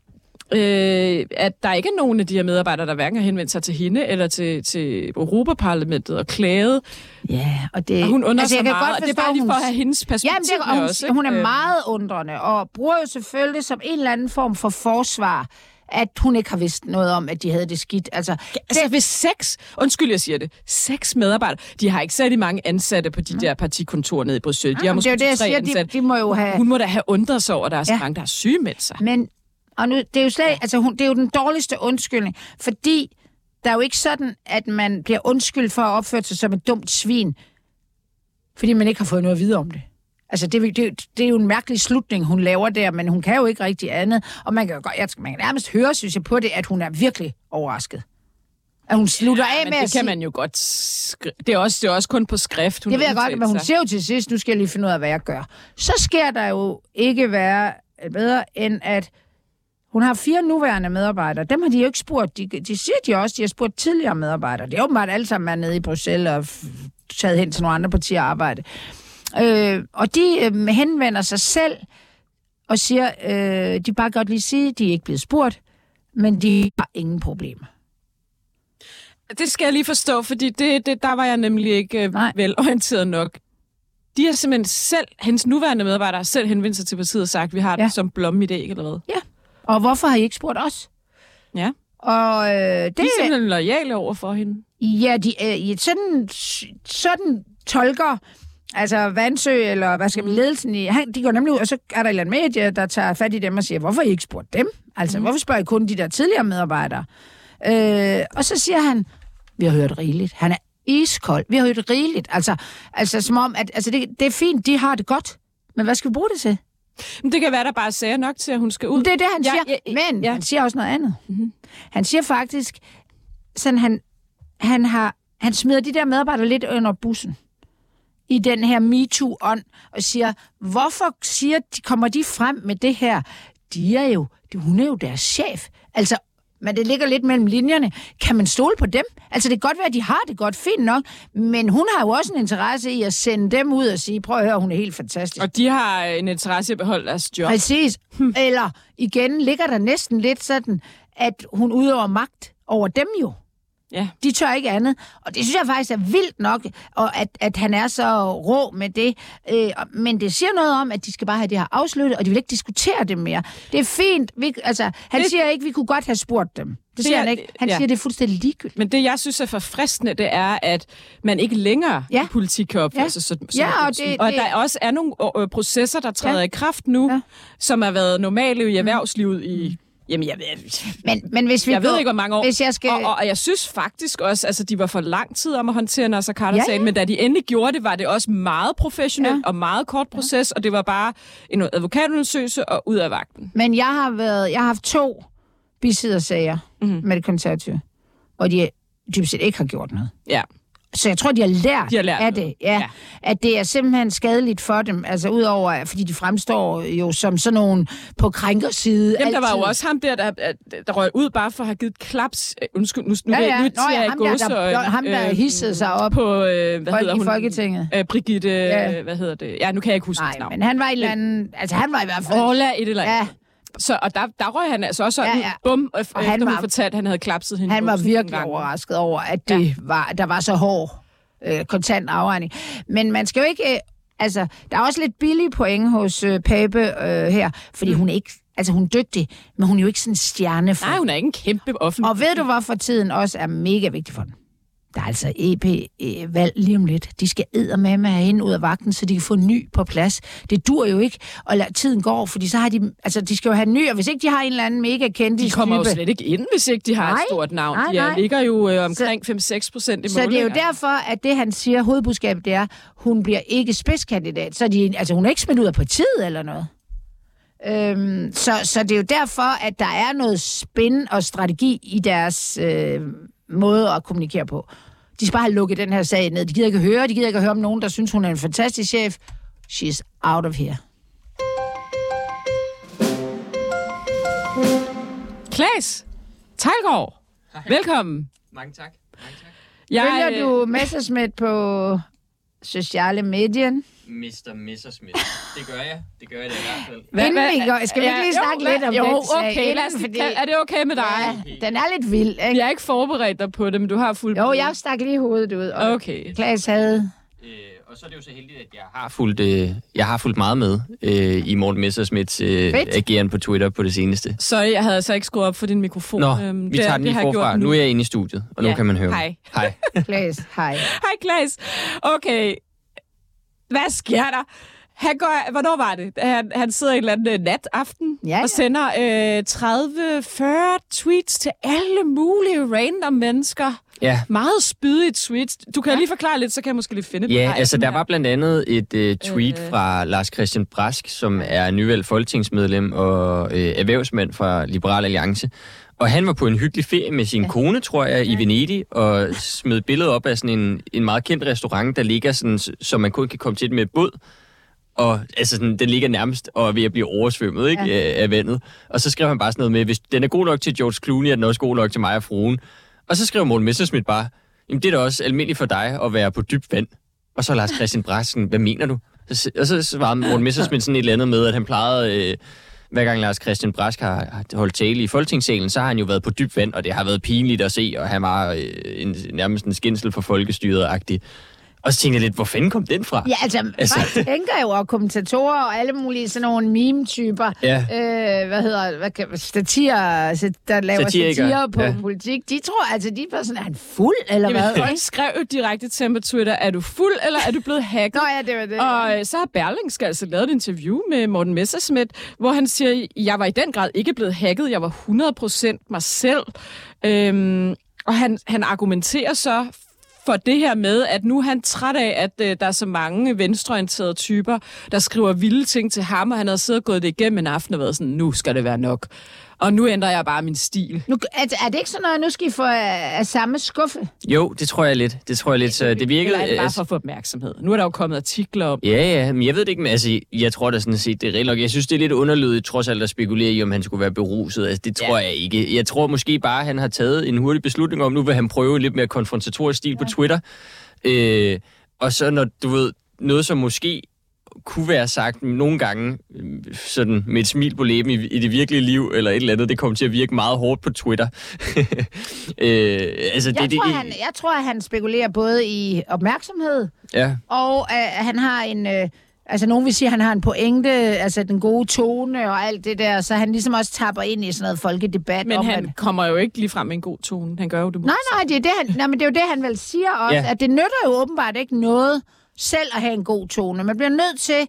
øh, at der ikke er nogen af de her medarbejdere, der hverken har henvendt sig til hende, eller til, til Europaparlamentet og klaget. Ja, og det... Og hun undrer altså, sig meget, godt og det er bare lige for at have hendes perspektiv. Jamen, det, og hun, også, hun er meget undrende, og bruger jo selvfølgelig som en eller anden form for forsvar, at hun ikke har vidst noget om, at de havde det skidt. Altså, ja, altså det... hvis seks, undskyld, jeg siger det, seks medarbejdere, de har ikke særlig mange ansatte på de mm. der partikontorer nede i Bruxelles. De har måske det, det, tre siger, ansatte. De, de må jo have... Hun må da have undret sig over, at der er så ja. mange, der har sygemeldt sig. Men, og nu, det er jo slet, ja. altså, hun, det er jo den dårligste undskyldning, fordi der er jo ikke sådan, at man bliver undskyldt for at opføre sig som et dumt svin, fordi man ikke har fået noget at vide om det. Altså, det, det, det er jo en mærkelig slutning, hun laver der, men hun kan jo ikke rigtig andet. Og man kan, jeg, man kan nærmest høre, synes jeg, på det, at hun er virkelig overrasket. At hun slutter ja, af med det at kan sige... man jo godt... Skri- det, er også, det er også kun på skrift, hun det ved jeg godt, men hun siger jo til sidst, nu skal jeg lige finde ud af, hvad jeg gør. Så sker der jo ikke være bedre, end at hun har fire nuværende medarbejdere. Dem har de jo ikke spurgt. De, de siger de også, de har spurgt tidligere medarbejdere. Det er åbenbart alle sammen er nede i Bruxelles og taget hen til nogle andre partier at arbejde. Øh, og de øh, henvender sig selv og siger, øh, de bare godt lige sige, de er ikke blevet spurgt, men de har ingen problemer. Det skal jeg lige forstå, fordi det, det, der var jeg nemlig ikke øh, velorienteret nok. De har simpelthen selv, hendes nuværende medarbejdere har selv henvendt sig til partiet og sagt, vi har ja. det som blomme i dag, eller hvad? Ja, og hvorfor har I ikke spurgt os? Ja. Og, øh, det, de er simpelthen loyale over for hende. Ja, de, øh, sådan, sådan tolker... Altså Vandsø, eller hvad skal man, ledelsen i... Han, de går nemlig ud, og så er der et eller andet medie, der tager fat i dem og siger, hvorfor har I ikke spurgt dem? Altså, mm. hvorfor spørger I kun de der tidligere medarbejdere? Øh, og så siger han, vi har hørt rigeligt. Han er iskold. Vi har hørt rigeligt. Altså, altså som om, at altså, det, det er fint, de har det godt. Men hvad skal vi bruge det til? Men det kan være, der bare siger nok til, at hun skal ud. Det er det, han ja, siger. Ja, ja, men ja. han siger også noget andet. Mm-hmm. Han siger faktisk, sådan han, han, har, han smider de der medarbejdere lidt under bussen. i den her MeToo-ånd og siger, hvorfor siger, de, kommer de frem med det her? De er jo, hun er jo deres chef. Altså, men det ligger lidt mellem linjerne. Kan man stole på dem? Altså, det kan godt være, at de har det godt, fint nok, men hun har jo også en interesse i at sende dem ud og sige, prøv at høre, hun er helt fantastisk. Og de har en interesse i at beholde deres job. Præcis. Eller igen, ligger der næsten lidt sådan, at hun udøver magt over dem jo. Ja. De tør ikke andet. Og det synes jeg faktisk er vildt nok, og at, at han er så rå med det. Øh, men det siger noget om, at de skal bare have det her afsluttet, og de vil ikke diskutere det mere. Det er fint. Vi, altså, han det, siger ikke, at vi kunne godt have spurgt dem. Det, det siger er, han ikke. Han ja. siger, at det er fuldstændig ligegyldigt. Men det, jeg synes er forfriskende, det er, at man ikke længere ja. i politik kan opføre sig ja. som, som ja, og, det, og det, der også er nogle øh, processer, der træder ja. i kraft nu, ja. som har været normale i erhvervslivet i... Jamen, jeg, jeg, men, men hvis vi jeg går, ved ikke, hvor mange år. Hvis jeg skal... og, og, og jeg synes faktisk også, altså de var for lang tid om at håndtere Naser Khader-sagen, ja, ja. men da de endelig gjorde det, var det også meget professionelt ja. og meget kort proces, ja. og det var bare en advokatundersøgelse og ud af vagten. Men jeg har været, jeg har haft to bisiddersager mm-hmm. med det konservative, og de dybest set ikke har gjort noget. Ja. Så jeg tror, de har lært, de har lært af det. Ja, ja. At det er simpelthen skadeligt for dem. Altså udover, fordi de fremstår jo som sådan nogen på krænkerside. Jamen, altid. Der var jo også ham der, der, der røg ud bare for at have givet klaps. Undskyld, nu, nu ja, ja. er jeg nyt til at gå så. Der, ham, der øh, hissede sig op på, øh, hvad hedder i hun? Folketinget. Øh, Brigitte, ja. hvad hedder det? Ja, nu kan jeg ikke huske Nej, navn. Men han var i eller anden... Altså, han var i hvert fald... Ola et eller andet. Ja. Så, og der, der røg han altså også sådan, ja, ja. bum, og efter han var, hun fortalte, at han havde klapset hende. Han var virkelig overrasket over, at det ja. var, der var så hård øh, kontant afregning. Men man skal jo ikke... Øh, altså, der er også lidt billige point hos øh, Pape øh, her, fordi mm. hun er ikke... Altså, hun er dygtig, men hun er jo ikke sådan en stjerne for. Nej, hun er ikke en kæmpe offentlig. Og ved du, hvorfor tiden også er mega vigtig for den? Der er altså E P-valg lige om lidt. De skal eddermame have hende ud af vagten, så de kan få en ny på plads. Det dur jo ikke, og lad tiden gå, fordi så har de... Altså, de skal jo have en ny, og hvis ikke de har en eller anden mega kendis de kommer type, jo slet ikke ind, hvis ikke de har nej, et stort navn. Nej, nej. De ligger jo øh, omkring fem til seks procent i målinger. Så det er jo derfor, at det, han siger, hovedbudskabet, det er, hun bliver ikke spidskandidat. Så de, altså, hun er ikke smidt ud af partiet eller noget. Øhm, så, så det er jo derfor, at der er noget spin og strategi i deres øh, måde at kommunikere på. De skal bare have lukket den her sag ned. De gider ikke høre, de gider ikke høre om nogen, der synes, hun er en fantastisk chef. She's out of here. Klaas Teilgaard, velkommen. Mange tak. Mange tak. Jeg, Følger du Messerschmidt på sociale medier? mister Messerschmidt. Det gør jeg. Det gør jeg det i hvert fald. Hvad, hvad, vi går, skal vi ikke lige snakke jo, lidt om jo, det? Okay, lad os, fordi, er det okay med dig? Ja, den er lidt vild, ikke? Jeg er ikke forberedt dig på det, men du har fuldt... Jo, jeg stak lige hovedet ud. Og okay. Klaas havde... Øh, og så er det jo så heldigt, at jeg har fulgt, øh, jeg har fulgt meget med øh, i Morten Messerschmidts øh, ageren på Twitter på det seneste. Så jeg havde altså ikke skruet op for din mikrofon. Nå, øhm, vi tager det, den lige forfra. Nu. nu er jeg inde i studiet, og nu ja. kan man høre. Hej. Hej. Klaas, hej. Hej, Klaas. Okay. Hvad sker der? Han går, hvornår var det? Han, han sidder i en eller anden nataften ja, ja. og sender øh, tredive til fyrre tweets til alle mulige random mennesker. Ja. Meget spydige tweets. Du kan ja. lige forklare lidt, så kan jeg måske lige finde det. Ja, altså der var blandt andet et øh, tweet øh. fra Lars Christian Brask, som er nyvalgt folketingsmedlem og øh, erhvervsmand fra Liberal Alliance. Og han var på en hyggelig ferie med sin ja. kone, tror jeg, i Venedig, og smed billedet op af sådan en, en meget kendt restaurant, der ligger sådan, så man kun kan komme til det med båd. Og altså sådan, den ligger nærmest og er ved at blive oversvømmet, ikke, ja. af vandet. Og så skrev han bare sådan noget med, hvis den er god nok til George Clooney, er den også god nok til mig og fruen. Og så skrev Morten Messerschmidt bare, jamen det er da også almindeligt for dig at være på dybt vand. Og så Lars Christian Brask, hvad mener du? Og så svarede Morten Messerschmidt sådan et eller andet med, at han plejede... Øh, hver gang Lars Christian Brask har holdt tale i Folketingssalen, så har han jo været på dybt vand, og det har været pinligt at se, og han var øh, en, nærmest en skændsel for folkestyret-agtig. Og så tænkte jeg lidt, hvor fanden kom den fra? Ja, altså, altså. folk tænker jo, og kommentatorer og alle mulige sådan nogle meme-typer, ja. øh, hvad hedder hvad kan, statirer, der laver satire på ja. politik, de tror, altså, de er sådan, er han fuld, eller Jamen, hvad? Folk skrev jo direkte til ham på Twitter, er du fuld, eller er du blevet hacket? Nå ja, det var det. Og ja. så har Berlingske altså lavet et interview med Morten Messerschmidt, hvor han siger, jeg var i den grad ikke blevet hacket, jeg var hundrede procent mig selv. Øhm, og han, han argumenterer så for det her med, at nu er han træt af, at øh, der er så mange venstreorienterede typer, der skriver vilde ting til ham, og han havde siddet og gået det igennem en aften og været sådan, nu skal det være nok. Og nu ændrer jeg bare min stil. Nu, er, er det ikke sådan noget, nu skal I få af, af samme skuffe? Jo, det tror jeg lidt. Det tror jeg lidt, så det virkede... Eller er det bare for at få opmærksomhed? Nu er der jo kommet artikler om... Ja, ja, men jeg ved det ikke, men altså, jeg tror da sådan set, det er rigtig nok. Jeg synes, det er lidt underlydigt, trods alt at spekulere i, om han skulle være beruset. Altså, det tror ja. jeg ikke. Jeg tror måske bare, at han har taget en hurtig beslutning om, nu vil han prøve lidt mere konfrontatorisk stil ja. på Twitter. Øh, og så når, du ved, noget som måske kunne være sagt nogle gange sådan med et smil på læben i, i det virkelige liv, eller et eller andet, det kommer til at virke meget hårdt på Twitter. øh, altså, jeg, det, tror, det, han, jeg tror, at han spekulerer både i opmærksomhed, ja. og at uh, han har en... Uh, altså, nogen vil sige, at han har en pointe, altså den gode tone og alt det der, så han ligesom også tapper ind i sådan noget folkedebat. Men om, han at... kommer jo ikke lige frem med en god tone. Han gør jo det modsatte. Nej, nej, det er, det, han, nej men det er jo det, han vel siger også, ja. at det nytter jo åbenbart ikke noget selv at have en god tone. Man bliver nødt til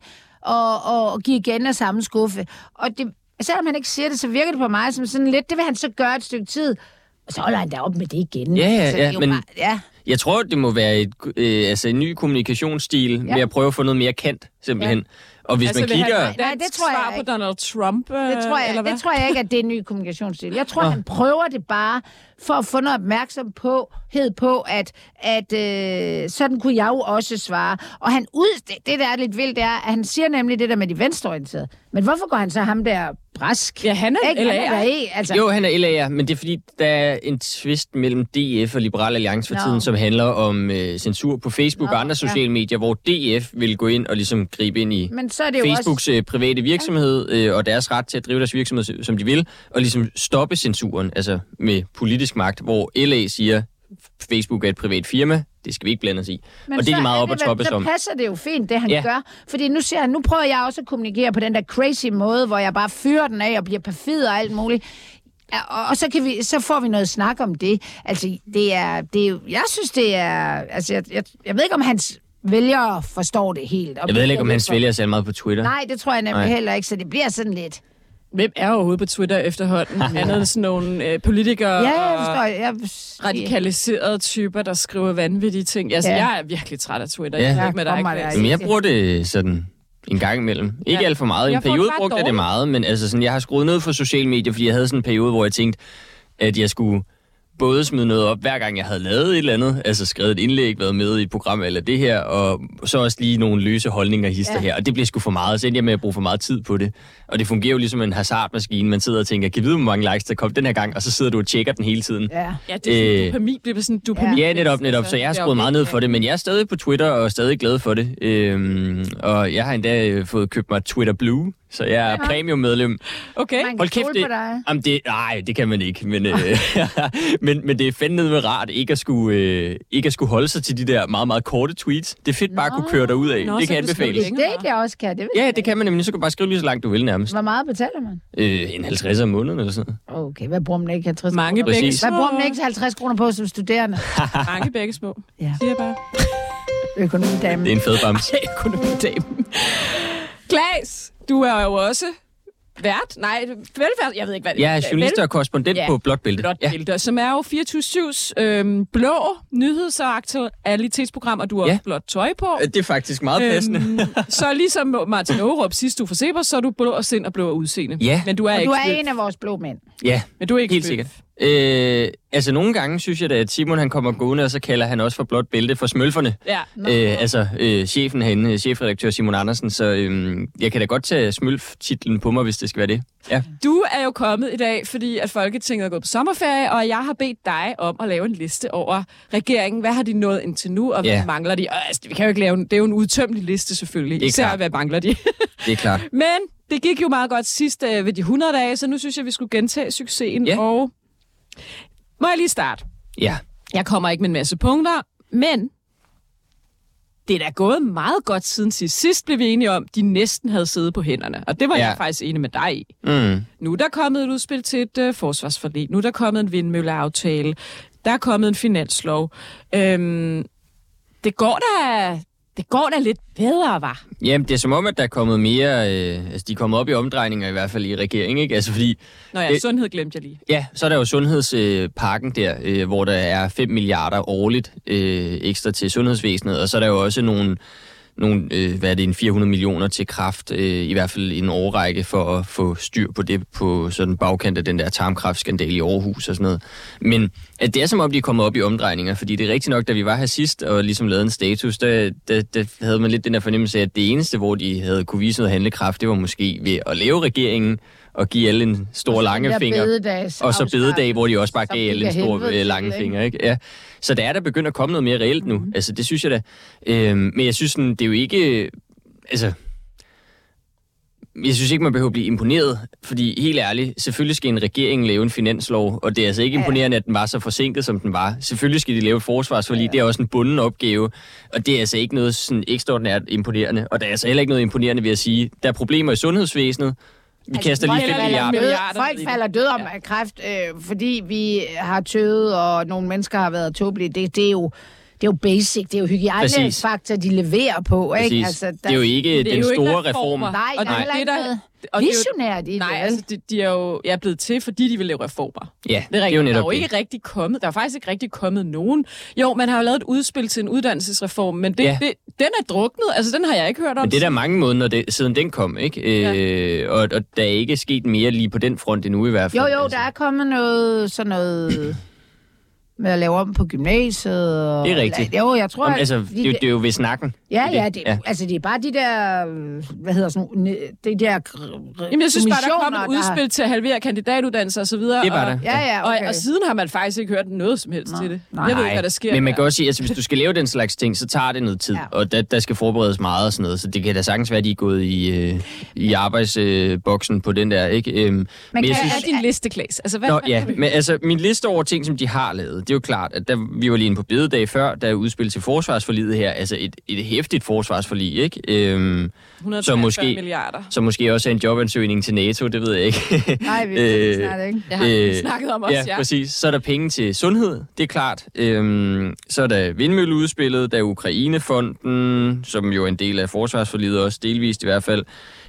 at, at give igen af samme skuffe. Og det, selvom han ikke siger det, så virker det på mig som sådan lidt, det vil han så gøre et stykke tid, og så holder han da op med det igen. Ja, ja, ja, men bare, ja. jeg tror, det må være et, øh, altså en ny kommunikationsstil ja. med at prøve at få noget mere kendt, simpelthen. Ja. Og hvis altså, man kigger... Han, nej, det tror jeg ikke. På Donald Trump, øh, det tror jeg, eller hvad? det tror jeg ikke, at det er en ny kommunikationsstil. Jeg tror, oh. han prøver det bare for at få noget opmærksomhed på, at, at øh, sådan kunne jeg jo også svare. Og han ud, det, det, der er lidt vildt, det er, at han siger nemlig det der med de venstreorienterede. Men hvorfor går han så ham der brask? Ja, han er L A'er. Altså. Jo, han er L A'er, men det er fordi, der er en twist mellem D F og Liberal Alliance for no. tiden, som handler om øh, censur på Facebook no, og andre sociale ja. medier, hvor D F vil gå ind og ligesom gribe ind i men så er det Facebooks også... øh, private virksomhed øh, og deres ret til at drive deres virksomhed, som de vil, og ligesom stoppe censuren, altså med politisk magt, hvor L A siger, Facebook er et privat firma, det skal vi ikke blande os i. Men og det er de meget op at toppe som. Så passer det jo fint, det han ja. gør. Fordi nu siger han, nu prøver jeg også at kommunikere på den der crazy måde, hvor jeg bare fyrer den af og bliver perfid og alt muligt. Og, og så, kan vi, så får vi noget snak om det. Altså, det er, det er jo, jeg synes, det er... Altså, jeg, jeg, jeg ved ikke, om hans vælgere forstår det helt. Jeg ved ikke, om hans vælgere ser meget på Twitter. Nej, det tror jeg nemlig Nej. heller ikke, så det bliver sådan lidt... Hvem er overhovedet på Twitter efterhånden? Andet end sådan nogle øh, politikere ja, jeg forstår, jeg... radikaliserede typer, der skriver vanvittige ting. Altså, ja. jeg er virkelig træt af Twitter. Ja. Jeg, ikke med dig, Men jeg bruger det sådan en gang imellem. Ikke ja. alt for meget. I en periode brugte jeg det meget, men altså sådan, jeg har skruet ned for sociale medier, fordi jeg havde sådan en periode, hvor jeg tænkte, at jeg skulle både smide noget op, hver gang jeg havde lavet et eller andet, altså skrevet et indlæg, været med i et program eller det her, og så også lige nogle løse holdninger hister ja. her, og det bliver sgu for meget, så endte jeg med at bruge for meget tid på det. Og det fungerer jo ligesom en hasardmaskine, man sidder og tænker, kan jeg vide, hvor mange likes der kom den her gang, og så sidder du og tjekker den hele tiden. Ja, ja det er sådan, øh, dopamin, bliver sådan dopamin. Ja, netop, netop, så jeg har skruet meget ned for det, men jeg er stadig på Twitter, og er stadig glad for det. Øhm, og jeg har endda fået købt mig Twitter Blue, så jeg er ja. premium-medlem. Okay. Hold kæft, det, jamen det, nej, det kan man ikke, men, øh, men, men det er fandme med rart ikke at, skulle, øh, ikke at skulle holde sig til de der meget, meget korte tweets. Det er fedt bare at kunne køre derud af. Nå, det kan anbefales. Det er det, jeg også kan. Det ja, det kan man nemlig. Så kan du bare skrive lige så langt du vil nærmest. Hvor meget betaler man? Øh, en halvtreds om måneden eller sådan noget. Okay, hvad bruger man ikke halvtreds Mange kroner? Mange Hvad bruger man ikke halvtreds kroner på som studerende? Mange begge små. Ja. Siger bare. Økonomidamen. Det er en fed bams. Økonomidamen. Klaas, du er jo også vært? Nej, velfærd, jeg ved ikke, hvad det er. Jeg er journalist og korrespondent ja. på Blåt Bælte. Blåt Bælte, ja. Som er jo fireogtyve syvs øhm, blå nyheds- og aktualitetsprogram, og du har ja. blåt tøj på. Det er faktisk meget passende. Øhm, så ligesom Martin Aarup sidst du for Cepos, så er du blå og sind og blå udseende. Ja. Men du er, og ikke du er en af vores blå mænd. Ja, men du er ikke helt sikkert. Øh, altså nogle gange synes jeg da, at Simon han kommer gående, og så kalder han også for Blåt Bælte for smølferne. Ja. Øh, altså øh, chefen herinde, chefredaktør Simon Andersen, så øh, jeg kan da godt tage smølf-titlen på mig, hvis det skal være det. Ja. Du er jo kommet i dag, fordi at Folketinget er gået på sommerferie, og jeg har bedt dig om at lave en liste over regeringen. Hvad har de nået indtil nu, og hvad ja. mangler de? Og, altså, vi kan jo ikke lave en, det er jo en udtømmelig liste selvfølgelig, især klart. Hvad mangler de? Det er klart. Men det gik jo meget godt sidst øh, ved de hundrede dage, så nu synes jeg, vi skulle gentage succesen. Ja. Og må jeg lige starte? Ja. Jeg kommer ikke med en masse punkter, men det er da gået meget godt siden sidst. Sidst blev vi enige om, at de næsten havde siddet på hænderne, og det var ja. jeg faktisk enig med dig i. Mm. Nu er der kommet et udspil til et øh, forsvarsforlig. Nu er der kommet en vindmølleaftale. Der er kommet en finanslov. Øhm, det går da... Det går da lidt bedre, var. Jamen, det er som om, at der er kommet mere... Øh, altså, de er kommet op i omdrejninger, i hvert fald i regeringen, ikke? Altså, fordi... Nå ja, øh, sundhed glemte jeg lige. Ja, så er der jo sundhedspakken øh, der, øh, hvor der er fem milliarder årligt øh, ekstra til sundhedsvæsenet, og så er der jo også nogle, nogle, øh, hvad er det, en fire hundrede millioner til kræft, øh, i hvert fald i en årrække, for at få styr på det på sådan bagkant af den der tarmkræftskandale i Aarhus og sådan noget. Men at det er som om, de er kommet op i omdrejninger, fordi det er rigtigt nok, da vi var her sidst og ligesom lavede en status, der, der, der havde man lidt den der fornemmelse af, at det eneste, hvor de havde kunne vise noget handlekraft, det var måske ved at lave regeringen og give alle en stor lange finger. Og så bededag, hvor de også bare gav alle en stor øh, lange finger. Ikke? Ja. Så der er der begyndt at komme noget mere reelt nu. Mm. Altså, det synes jeg da. Øhm, men jeg synes, sådan, det er jo ikke... Altså... Jeg synes ikke, man behøver at blive imponeret, fordi helt ærligt, selvfølgelig skal en regering lave en finanslov, og det er altså ikke imponerende, at den var så forsinket, som den var. Selvfølgelig skal de lave et forsvarsforlig, ja. Det er også en bunden opgave, og det er altså ikke noget sådan ekstraordinært imponerende. Og der er altså heller ikke noget imponerende ved at sige, der er problemer i sundhedsvæsenet. Vi altså, kaster lige fem milliarder. Folk falder døde om ja. kræft, øh, fordi vi har tøvet, og nogle mennesker har været tåbelige. Det, det er jo... Det er jo basic, det er jo hygiejnefaktor, de leverer på, ikke? Altså, der, det er jo ikke den store reform. Nej, og der er heller ikke noget visionært i det. Nej, altså, de, de er jo er blevet til, fordi de vil lave reformer. Ja, det er, det er jo netop der er jo ikke rigtig kommet, der er faktisk ikke rigtig kommet nogen. Jo, man har jo lavet et udspil til en uddannelsesreform, men det, ja. det, den er druknet, altså den har jeg ikke hørt om. Men det er der mange måneder, det, siden den kom, ikke? Ja. Øh, og, og der er ikke sket mere lige på den front endnu i hvert fald. Jo, jo, altså. Der er kommet noget, sådan noget... med at lave om på gymnasiet. Og... Det er rigtigt. Jo, jeg tror, om, at... altså, det, er jo, det er jo ved snakken. Ja, ja, det, ja. Altså, det er bare de der... Hvad hedder sådan nogle... Det der... Jamen, jeg synes bare, der er kommet et udspil har... til at halvere kandidatuddannelser og så videre. Det var og, der. Ja, ja, okay. og, og siden har man faktisk ikke hørt noget som helst Nå. til det. Nej. Jeg ved ikke, hvad der sker. Men man kan der. også sige, altså, hvis du skal lave den slags ting, så tager det noget tid. Ja. Og der, der skal forberedes meget og sådan noget. Så det kan da sagtens være, at de er gået i, øh, i arbejdsboksen øh, på den der, ikke? Øhm, men kan jeg synes... din liste, Klaas? Altså, hvad, Nå, hvad ja, men altså, min liste over ting, som de har lavet, det er jo klart, at der vi var lige inde på bededag før, der er udspil til forsvarsforliget her, altså et, et hæftigt forsvarsforlig, ikke? Øhm, hundrede og måske, milliarder. Så måske også er en jobansøgning til NATO, det ved jeg ikke. Nej, vi ved det snart ikke. Det har vi øh, snakket om også, ja. Ja, præcis. Så er der penge til sundhed, det er klart. Øhm, så er der vindmølleudspillet, der er Ukrainefonden, som jo er en del af forsvarsforliget også, delvist i hvert fald.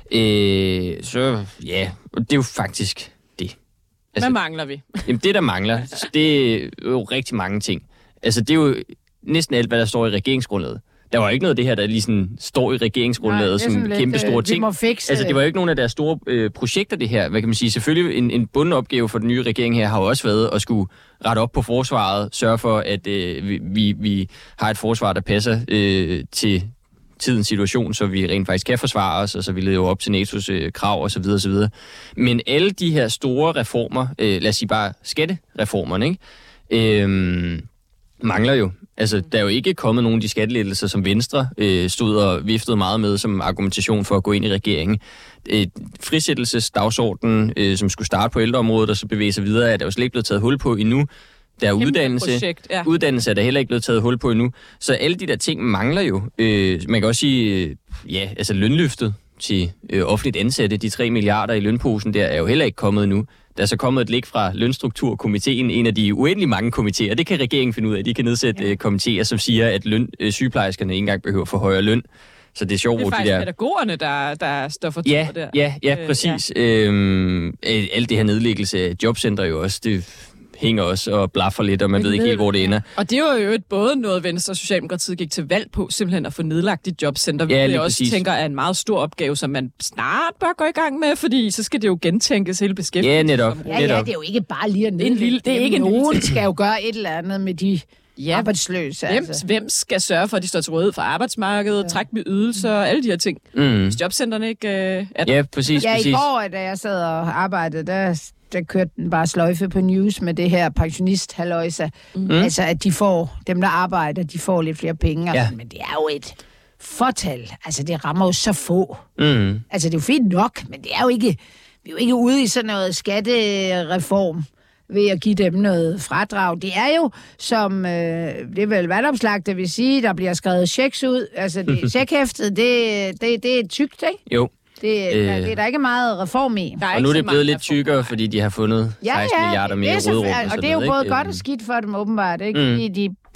Øh, så ja, det er jo faktisk... Altså, hvad mangler vi? Jamen, det, der mangler, det er jo rigtig mange ting. Altså, det er jo næsten alt, hvad der står i regeringsgrundlaget. Der var ikke noget af det her, der lige sådan står i regeringsgrundlaget som kæmpe store ting. Altså, det var jo ikke nogen af deres store øh, projekter, det her. Hvad kan man sige? Selvfølgelig en, en bunden opgave for den nye regering her har jo også været at skulle rette op på forsvaret, sørge for, at øh, vi, vi har et forsvar, der passer øh, til tidens situation, så vi rent faktisk kan forsvare os, og så vi lever op til N A T O's øh, krav osv. osv. Men alle de her store reformer, øh, lad os sige bare skattereformerne, ikke? Øh, mangler jo. Altså, der er jo ikke kommet nogen af de skattelettelser, som Venstre øh, stod og viftede meget med som argumentation for at gå ind i regeringen. Øh, frisættelsesdagsordenen, øh, som skulle starte på ældreområdet og så bevæge sig videre, er der jo slet ikke blevet taget hul på endnu. Der er uddannelse. Projekt, ja. Uddannelse er der heller ikke blevet taget hul på endnu. Så alle de der ting mangler jo. Øh, man kan også sige, øh, ja, altså lønløftet til øh, offentligt ansatte, de tre milliarder i lønposen der, er jo heller ikke kommet endnu. Der er så kommet et læk fra Lønstrukturkomiteen, en af de uendelig mange komitéer. Det kan regeringen finde ud af. De kan nedsætte ja. øh, komitéer, som siger, at løn, øh, sygeplejerskerne ikke engang behøver for højere løn. Så det er sjovt, det er hvor faktisk de der... pædagogerne, der, der står for tur ja, der. Ja, ja, præcis. Øh, ja. Øhm, alt det her nedlæggelse af jobcenter jo også, det hænger også og blaffer lidt, og man ved ikke helt, hvor det ender. Og det var jo et både noget, Venstre og Socialdemokratiet gik til valg på, simpelthen at få nedlagt de jobcenter, hvilket ja, jeg også præcis. tænker er en meget stor opgave, som man snart bør gå i gang med, fordi så skal det jo gentænkes hele beskæftigelsen. Ja, netop. Ja, ja, det er jo ikke bare lige at nedlægge. En lille, det er ikke nogen skal jo gøre et eller andet med de ja, arbejdsløse. Hvem, altså. hvem skal sørge for, at de står til rådighed for arbejdsmarkedet, ja. trække med ydelser, alle de her ting. Mm. Hvis jobcenterne ikke øh, er der. Ja, præcis, ja, præcis. i går, da jeg sad og arbejdede, der, der kørte den bare sløjfe på news med det her pensionist-halløjsa. Mm. Altså, at de får, dem der arbejder, de får lidt flere penge. Ja. Men det er jo et fortal. Altså, det rammer jo så få. Mm. Altså, det er jo fint nok, men det er jo ikke, vi er jo ikke ude i sådan noget skattereform ved at give dem noget fradrag. Det er jo som, øh, det er vel valgopslag, det vil sige, der bliver skrevet checks ud. Altså, det, checkhæftet, det, det, det er tykt, ikke? Jo. Det, øh, der, det er der ikke meget reform i. Og nu er det blevet lidt tykkere, fordi de har fundet ja, seksten ja, milliarder mere rådrum. Og, og det er jo både noget, godt og skidt for dem, åbenbart, ikke? Mm. Fordi de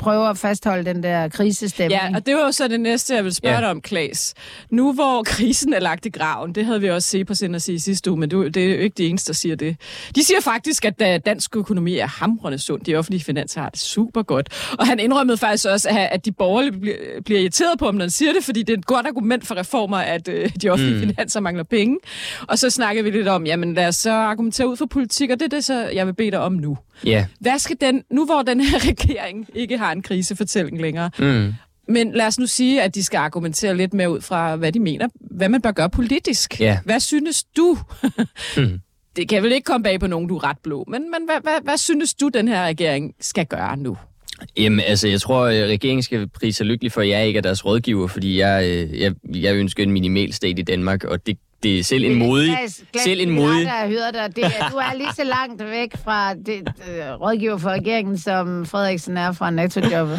prøver at fastholde den der krisestemning. Ja, og det var jo så det næste, jeg vil spørge ja. dig om, Claes. Nu hvor krisen er lagt i graven, det havde vi også set på Sind at sige sidste uge, men det er jo ikke de eneste, der siger det. De siger faktisk, at dansk økonomi er hamrende sund. De offentlige finanser har det super godt. Og han indrømmede faktisk også, at de borgerlige bliver irriteret på, om han siger det, fordi det er et godt argument for reformer, at de offentlige mm. finanser mangler penge. Og så snakker vi lidt om, jamen lad os så argumentere ud for politik, og det er det, så jeg vil bede dig om nu. Yeah. Hvad skal den, nu hvor den her regering ikke har en krisefortælling længere, mm. men lad os nu sige, at de skal argumentere lidt mere ud fra, hvad de mener, hvad man bør gøre politisk. Yeah. Hvad synes du? mm. Det kan vel ikke komme bag på nogen, du er ret blå, men, men hvad, hvad, hvad synes du, den her regering skal gøre nu? Jamen, altså, jeg tror, at regeringen skal prise sig lykkelig for, at jeg ikke er deres rådgiver, fordi jeg, jeg, jeg ønsker en minimal stat i Danmark, og det Det er selv en modig... Glas, glas, selv en modig... Jeg hører dig. Det er, du er lige så langt væk fra det, øh, rådgiver for regeringen, som Frederiksen er fra nettojobbet.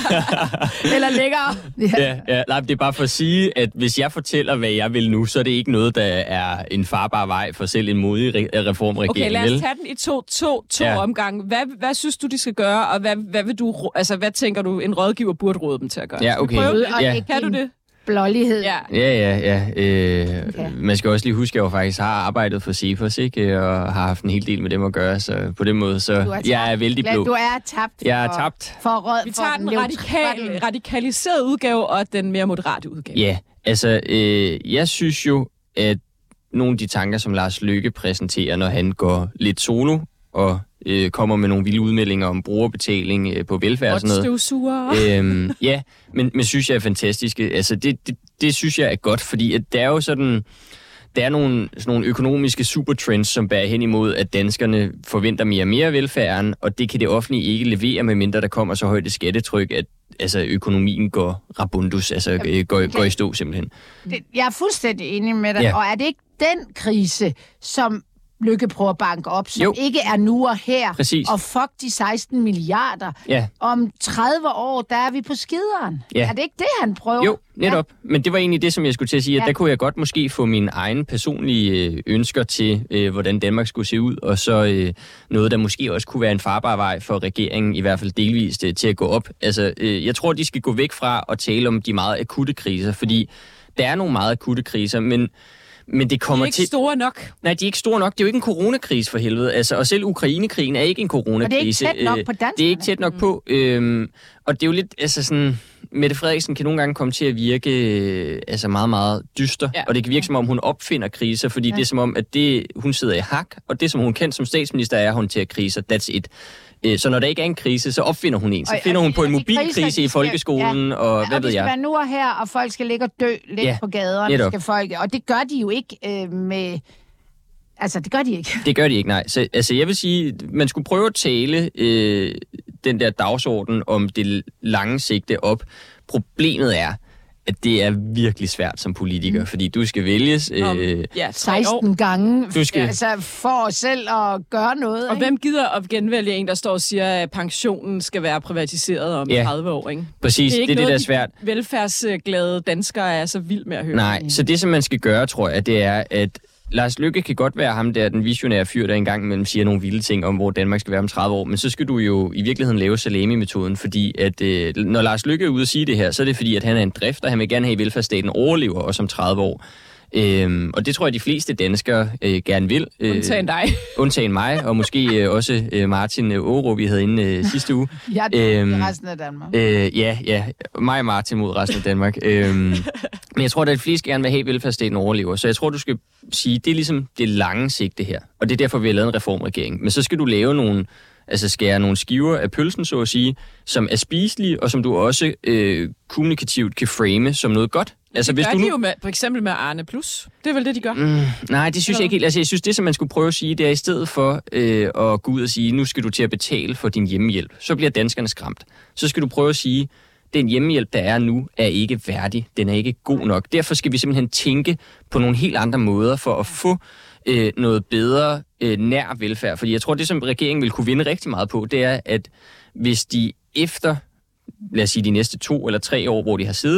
Eller længere. Ja, ja, nej, det er bare for at sige, at hvis jeg fortæller, hvad jeg vil nu, så er det ikke noget, der er en farbar vej for selv en modig reformregering. Okay, lad os tage den i to, to, to ja. omgange. Hvad, hvad synes du, de skal gøre, og hvad, hvad, vil du, altså, hvad tænker du, en rådgiver burde råde dem til at gøre? Ja, okay. Ja. Kan du det? Blålighed. Ja, ja, ja. ja. Øh, okay. Man skal også lige huske, at jeg faktisk har arbejdet for Cepos, ikke? Og har haft en hel del med dem at gøre, så på den måde, så er jeg er vældig blå. Du er tabt. For, jeg er tabt. For råd, Vi tager for den radikal, radikaliserede udgave og den mere moderate udgave. Ja, altså, øh, jeg synes jo, at nogle af de tanker, som Lars Løkke præsenterer, når han går lidt solo og øh, kommer med nogle vilde udmeldinger om brugerbetaling øh, på velfærd og sådan noget. Øhm, ja, men, men synes jeg er fantastiske. Altså, det, det, det synes jeg er godt, fordi at der er jo sådan... Der er nogle, sådan nogle økonomiske supertrends, som bærer hen imod, at danskerne forventer mere og mere velfærden, og det kan det offentlige ikke levere, medmindre der kommer så højt et skattetryk, at altså, økonomien går rabundus, altså ja, går, okay. går i stå simpelthen. Det, jeg er fuldstændig enig med dig, ja. Og er det ikke den krise, som Løkke prøver at banke op, som jo. ikke er nu og her, Præcis. Og fuck de seksten milliarder. Ja. Om tredive år, der er vi på skideren. Ja. Er det ikke det, han prøver? Jo, netop. Ja. Men det var egentlig det, som jeg skulle til at sige, at ja. der kunne jeg godt måske få mine egne personlige ønsker til, øh, hvordan Danmark skulle se ud, og så øh, noget, der måske også kunne være en farbar vej for regeringen, i hvert fald delvist, øh, til at gå op. Altså, øh, jeg tror, de skal gå væk fra at tale om de meget akutte kriser, fordi der er nogle meget akutte kriser, men Men det kommer de er ikke til... store nok. Nej, de er ikke store nok. Det er jo ikke en coronakrise for helvede. Altså, og selv Ukrainekrigen er ikke en coronakrise. Og det er ikke tæt nok på danskerne. Det er ikke tæt nok på. Øhm, og det er jo lidt, altså sådan... Mette Frederiksen kan nogle gange komme til at virke altså meget, meget dyster. Ja. Og det kan virke, som om hun opfinder kriser, fordi ja. det er som om, at det, hun sidder i hak, og det, som hun kendt som statsminister, er, at hun til at kriser. That's it. Så når der ikke er en krise, så opfinder hun en. Så finder hun på en mobilkrise i folkeskolen, ja. og hvad og ved jeg. Og det skal være nu og her, og folk skal ligge og dø lidt ja. på gaderne. Skal folk, og det gør de jo ikke øh, med... Altså, det gør de ikke. Det gør de ikke, nej. Så, altså, jeg vil sige, man skulle prøve at tale øh, den der dagsorden om det lange sigte op. Problemet er, at det er virkelig svært som politiker, mm. fordi du skal vælges... Øh, um, ja, seksten gange du skal, altså, for selv at gøre noget. Og ikke? hvem gider at genvælge en, der står og siger, at pensionen skal være privatiseret om ja. tredive år, ikke? Præcis, det er ikke det er noget, det, der er svært. De velfærdsglade danskere er så vild med at høre. Nej, så det, som man skal gøre, tror jeg, det er, at Lars Løkke kan godt være ham der, den visionære fyr, der engang imellem siger nogle vilde ting om, hvor Danmark skal være om tredive år, men så skal du jo i virkeligheden lave salami-metoden, fordi at øh, når Lars Løkke er ude at sige det her, så er det fordi, at han er en drift, og han vil gerne have, at velfærdsstaten overlever også om tredive år. Øhm, og det tror jeg, de fleste danskere øh, gerne vil. Øh, undtagen dig. Undtagen mig, og måske øh, også øh, Martin Aarup, vi havde inde øh, sidste uge. Ja, det øhm, er resten af Danmark. Øh, ja, ja. Mig og Martin mod resten af Danmark. øhm, men jeg tror, at de fleste gerne vil have, at velfærdsstaten overlever. Så jeg tror, du skal sige, det er ligesom det lange sigte her. Og det er derfor, vi har lavet en reformregering. Men så skal du lave nogle... Altså skære nogle skiver af pølsen, så at sige, som er spiselige, og som du også øh, kommunikativt kan frame som noget godt. Altså, det hvis gør du nu... de jo med, for eksempel med Arne Plus. Det er vel det, de gør? Mm, nej, det synes Eller? jeg ikke helt. Altså, jeg synes, det, som man skulle prøve at sige, det er i stedet for øh, at gå ud og sige, nu skal du til at betale for din hjemmehjælp. Så bliver danskerne skræmt. Så skal du prøve at sige, den hjemmehjælp, der er nu, er ikke værdig. Den er ikke god nok. Derfor skal vi simpelthen tænke på nogle helt andre måder for at få øh, noget bedre øh, nær velfærd. Fordi jeg tror, det som regeringen vil kunne vinde rigtig meget på, det er, at hvis de efter, lad os sige de næste to eller tre år, hvor de har siddet,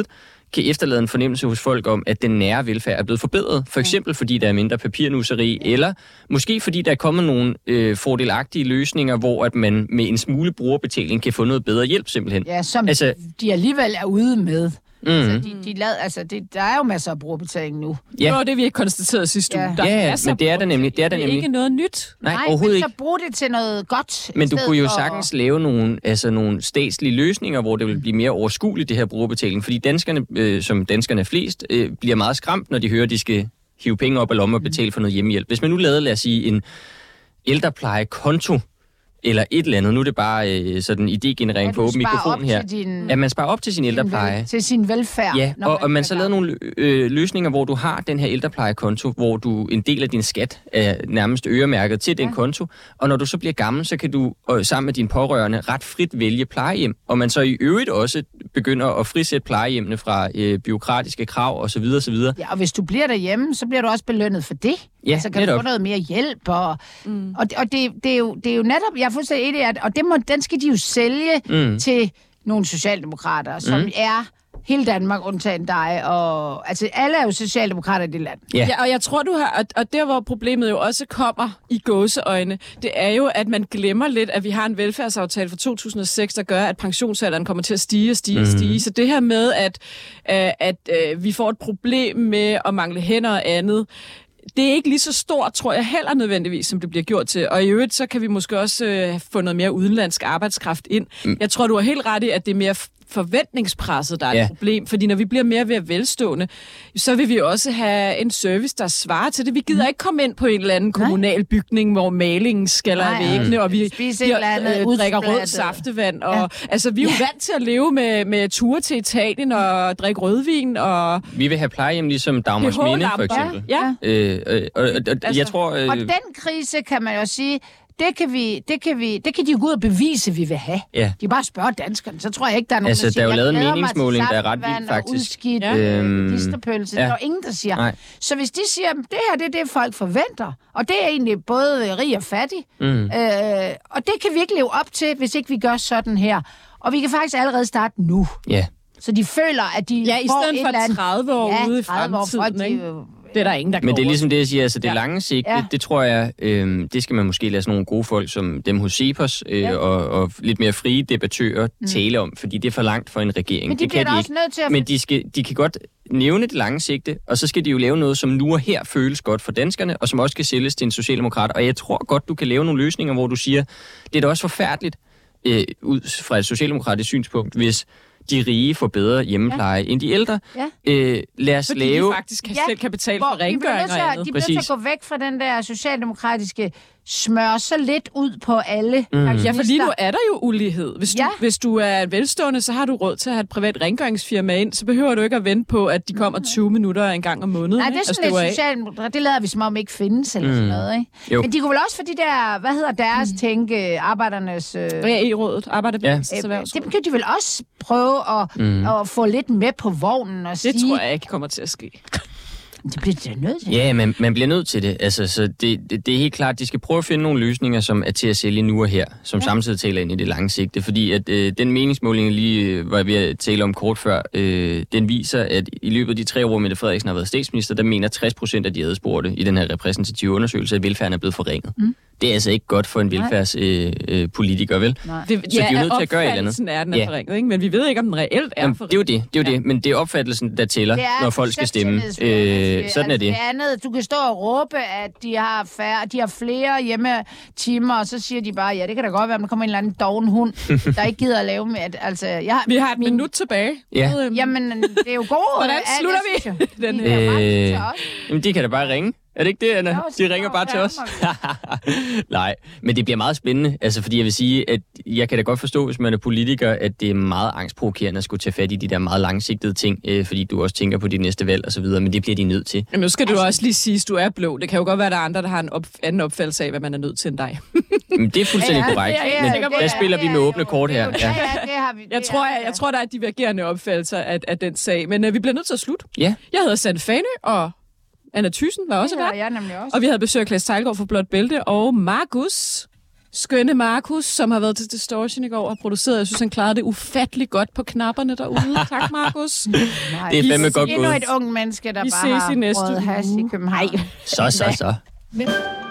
kan efterlade en fornemmelse hos folk om, at den nære velfærd er blevet forbedret. For eksempel fordi der er mindre papirnusseri, eller måske fordi der er kommet nogle øh, fordelagtige løsninger, hvor at man med en smule brugerbetaling kan få noget bedre hjælp simpelthen. Ja, som altså, de alligevel er ude med. Mm. Altså, de, de lad, altså det, der er jo masser af brugerbetaling nu. Ja. Det var det, vi ikke konstaterede sidste ja. uge. Der ja, ja men det er der nemlig. Det er, der nemlig. Det er ikke noget nyt. Nej, Nej overhovedet men så ikke. brug det til noget godt. Men du kunne jo for... sagtens lave nogle, altså nogle statslige løsninger, hvor det vil blive mere overskueligt, det her brugerbetaling. Fordi danskerne, øh, som danskerne er flest, øh, bliver meget skræmt, når de hører, at de skal hive penge op af lommen og betale for noget hjemmehjælp. Hvis man nu lavede, lad os sige, en ældreplejekonto, eller et eller andet. Nu er det bare øh, sådan en idégenerering på åben mikrofon her. Din, at man sparer op til sin ældrepleje. Vel, til sin velfærd. Ja, og, og man så laver nogle øh, løsninger, hvor du har den her ældreplejekonto, hvor du en del af din skat er nærmest øremærket til den ja. konto. Og når du så bliver gammel, så kan du øh, sammen med dine pårørende ret frit vælge plejehjem. Og man så i øvrigt også begynder at frisætte plejehjemmene fra øh, byråkratiske krav osv. osv. Ja, og hvis du bliver derhjemme, så bliver du også belønnet for det. Ja, så kan netop. du få noget mere hjælp. Og, mm. og, og det, det, er jo, det er jo netop, jeg er fuldstændig enig, at, og det må, den skal de jo sælge mm. til nogle socialdemokrater, som mm. er hele Danmark, undtagen dig. Og, altså, alle er jo socialdemokrater i det land. Yeah. Ja, og jeg tror, du har, og, og der, hvor problemet jo også kommer i gåseøjne, det er jo, at man glemmer lidt, at vi har en velfærdsaftale fra to tusind og seks, der gør, at pensionsalderen kommer til at stige og stige og mm. stige. Så det her med, at, at, at, at vi får et problem med at mangle hænder og andet, det er ikke lige så stort, tror jeg heller nødvendigvis, som det bliver gjort til. Og i øvrigt, så kan vi måske også øh, få noget mere udenlandsk arbejdskraft ind. Mm. Jeg tror, du har helt ret i, at det er mere forventningspresset, der er ja. et problem. Fordi når vi bliver mere ved at velstående, så vil vi også have en service, der svarer til det. Vi gider mm. ikke komme ind på en eller anden kommunal bygning, hvor malingen skaller af væggene, og vi bliver, øh, drikker rød saftevand. Og, ja. Altså, vi er jo ja. vant til at leve med, med ture til Italien og drikke rødvin. Og vi vil have plejehjem ligesom Dagmars Minde, for eksempel. Ja. Ja. Øh, øh, og, og, altså, jeg tror, øh, og den krise, kan man jo sige... Det kan, vi, det, kan vi, det kan de jo gå ud og bevise, vi vil have. Ja. De bare spørger danskerne, så tror jeg ikke, der er nogen, altså, der siger, der er jo lavet en jeg meningsmåling, der er ret vild, faktisk. Udskidt, ja. øhm, listerpølse. Ja. Der er jo ingen, der siger. Nej. Så hvis de siger, det her det er det, folk forventer, og det er egentlig både rig og fattig, mm. øh, og det kan vi ikke leve op til, hvis ikke vi gør sådan her. Og vi kan faktisk allerede starte nu. Ja. Så de føler, at de ja, i stedet for tredive år ja, ude i fremtiden, ikke? Det er der ingen, der Men det er ligesom det, jeg siger, altså det ja. lange sigte, ja. det tror jeg, øh, det skal man måske lade sådan nogle gode folk som dem hos Cepos øh, ja. og, og lidt mere frie debattører mm. tale om, fordi det er for langt for en regering. Men de det kan de ikke. Nødt til at... Men de, skal, de kan godt nævne det lange sigte, og så skal de jo lave noget, som nu og her føles godt for danskerne, og som også skal sælges til en socialdemokrat. Og jeg tror godt, du kan lave nogle løsninger, hvor du siger, det er da også forfærdeligt, øh, ud fra et socialdemokratisk synspunkt, hvis de rige får bedre hjemmepleje ja. end de ældre. Ja. Øh, lad os Fordi lave... de faktisk kan, selv kan betale for rengøring og andet. De bliver til at gå væk fra den der socialdemokratiske smør så lidt ud på alle. Mm. Ja, for lige nu er der jo ulighed. Hvis du, ja. hvis du er velstående, så har du råd til at have et privat rengøringsfirma ind, så behøver du ikke at vente på, at de kommer tyve minutter en gang om måneden. Nej, det er sådan lidt socialdemokratisk. Det lader vi som om ikke findes eller mm. sådan noget, ikke? Men de kunne vel også for de der, hvad hedder deres mm. tænke, arbejdernes... Øh... Ja, E-rådet, Arbejderbevægelsens ja. Erhvervsråd. Dem kan de vel også prøve at, mm. at få lidt med på vognen og det sige... Det tror jeg ikke kommer til at ske. Det bliver de nødt til. Ja, man, man bliver nødt til det. Altså, så det, det, det er helt klart, at de skal prøve at finde nogle løsninger, som er til at sælge nu og her, som ja. samtidig taler ind i det lange sigte. Fordi at øh, den meningsmåling, lige var jeg ved at tale om kort før, øh, den viser, at i løbet af de tre år, hvor Mette Frederiksen har været statsminister, der mener tres procent af de adspurgte i den her repræsentative undersøgelse, at velfærden er blevet forringet. Mm. Det er altså ikke godt for en velfærdspolitiker, øh, øh, vel? Nej. Så det, ja, de er nødt til at gøre et eller andet. Er den er ja. forringet, ikke? Men vi ved ikke, om den reelt er Jamen, forringet. Det er jo det, det er jo ja. det. Men det er opfattelsen, der tæller, når folk skal stemme. Øh, sådan altså, er det. det andet, du kan stå og råbe, at de har, færre, de har flere hjemmetimer, og så siger de bare, ja, det kan da godt være, at der kommer en eller anden doven hund, der ikke gider at lave med. At, altså, jeg, vi har et min... minut tilbage. Ja. Jamen, det er jo godt. Hvordan slutter vi? Den her. Øh, jamen, de kan da bare ringe. Er det ikke det, Anna? De ringer bare til os. Nej, men det bliver meget spændende, altså fordi jeg vil sige, at jeg kan da godt forstå, hvis man er politiker, at det er meget angstprovokerende at skulle tage fat i de der meget langsigtede ting, øh, fordi du også tænker på dit næste valg og så videre, men det bliver de nødt til. Men nu skal du altså... også lige sige, at du er blå. Det kan jo godt være, at der er andre, der har en op- anden opfattelse af, hvad man er nødt til end dig. Men det er fuldstændig ja, ja, korrekt, ja, ja, men der spiller vi med åbne kort her. Ja, ja, det har vi. Jeg tror, jeg, jeg tror, der er divergerende opfattelser af, af den sag, men øh, vi bliver nødt til at slutte. Ja. Jeg hedder Sande Fanø, og Anna Thyssen var også der. Og vi havde besøg af Claes Teilgaard fra Blåt Bælte, og Markus skønne Markus, som har været til Distortion i går og produceret. Jeg synes, han klarede det ufatteligt godt på knapperne derude. Tak, Markus. Det er fandme godt gået. Endnu et ung menneske, der Vi bare ses i næste har prøvet has i København. Så, så, så.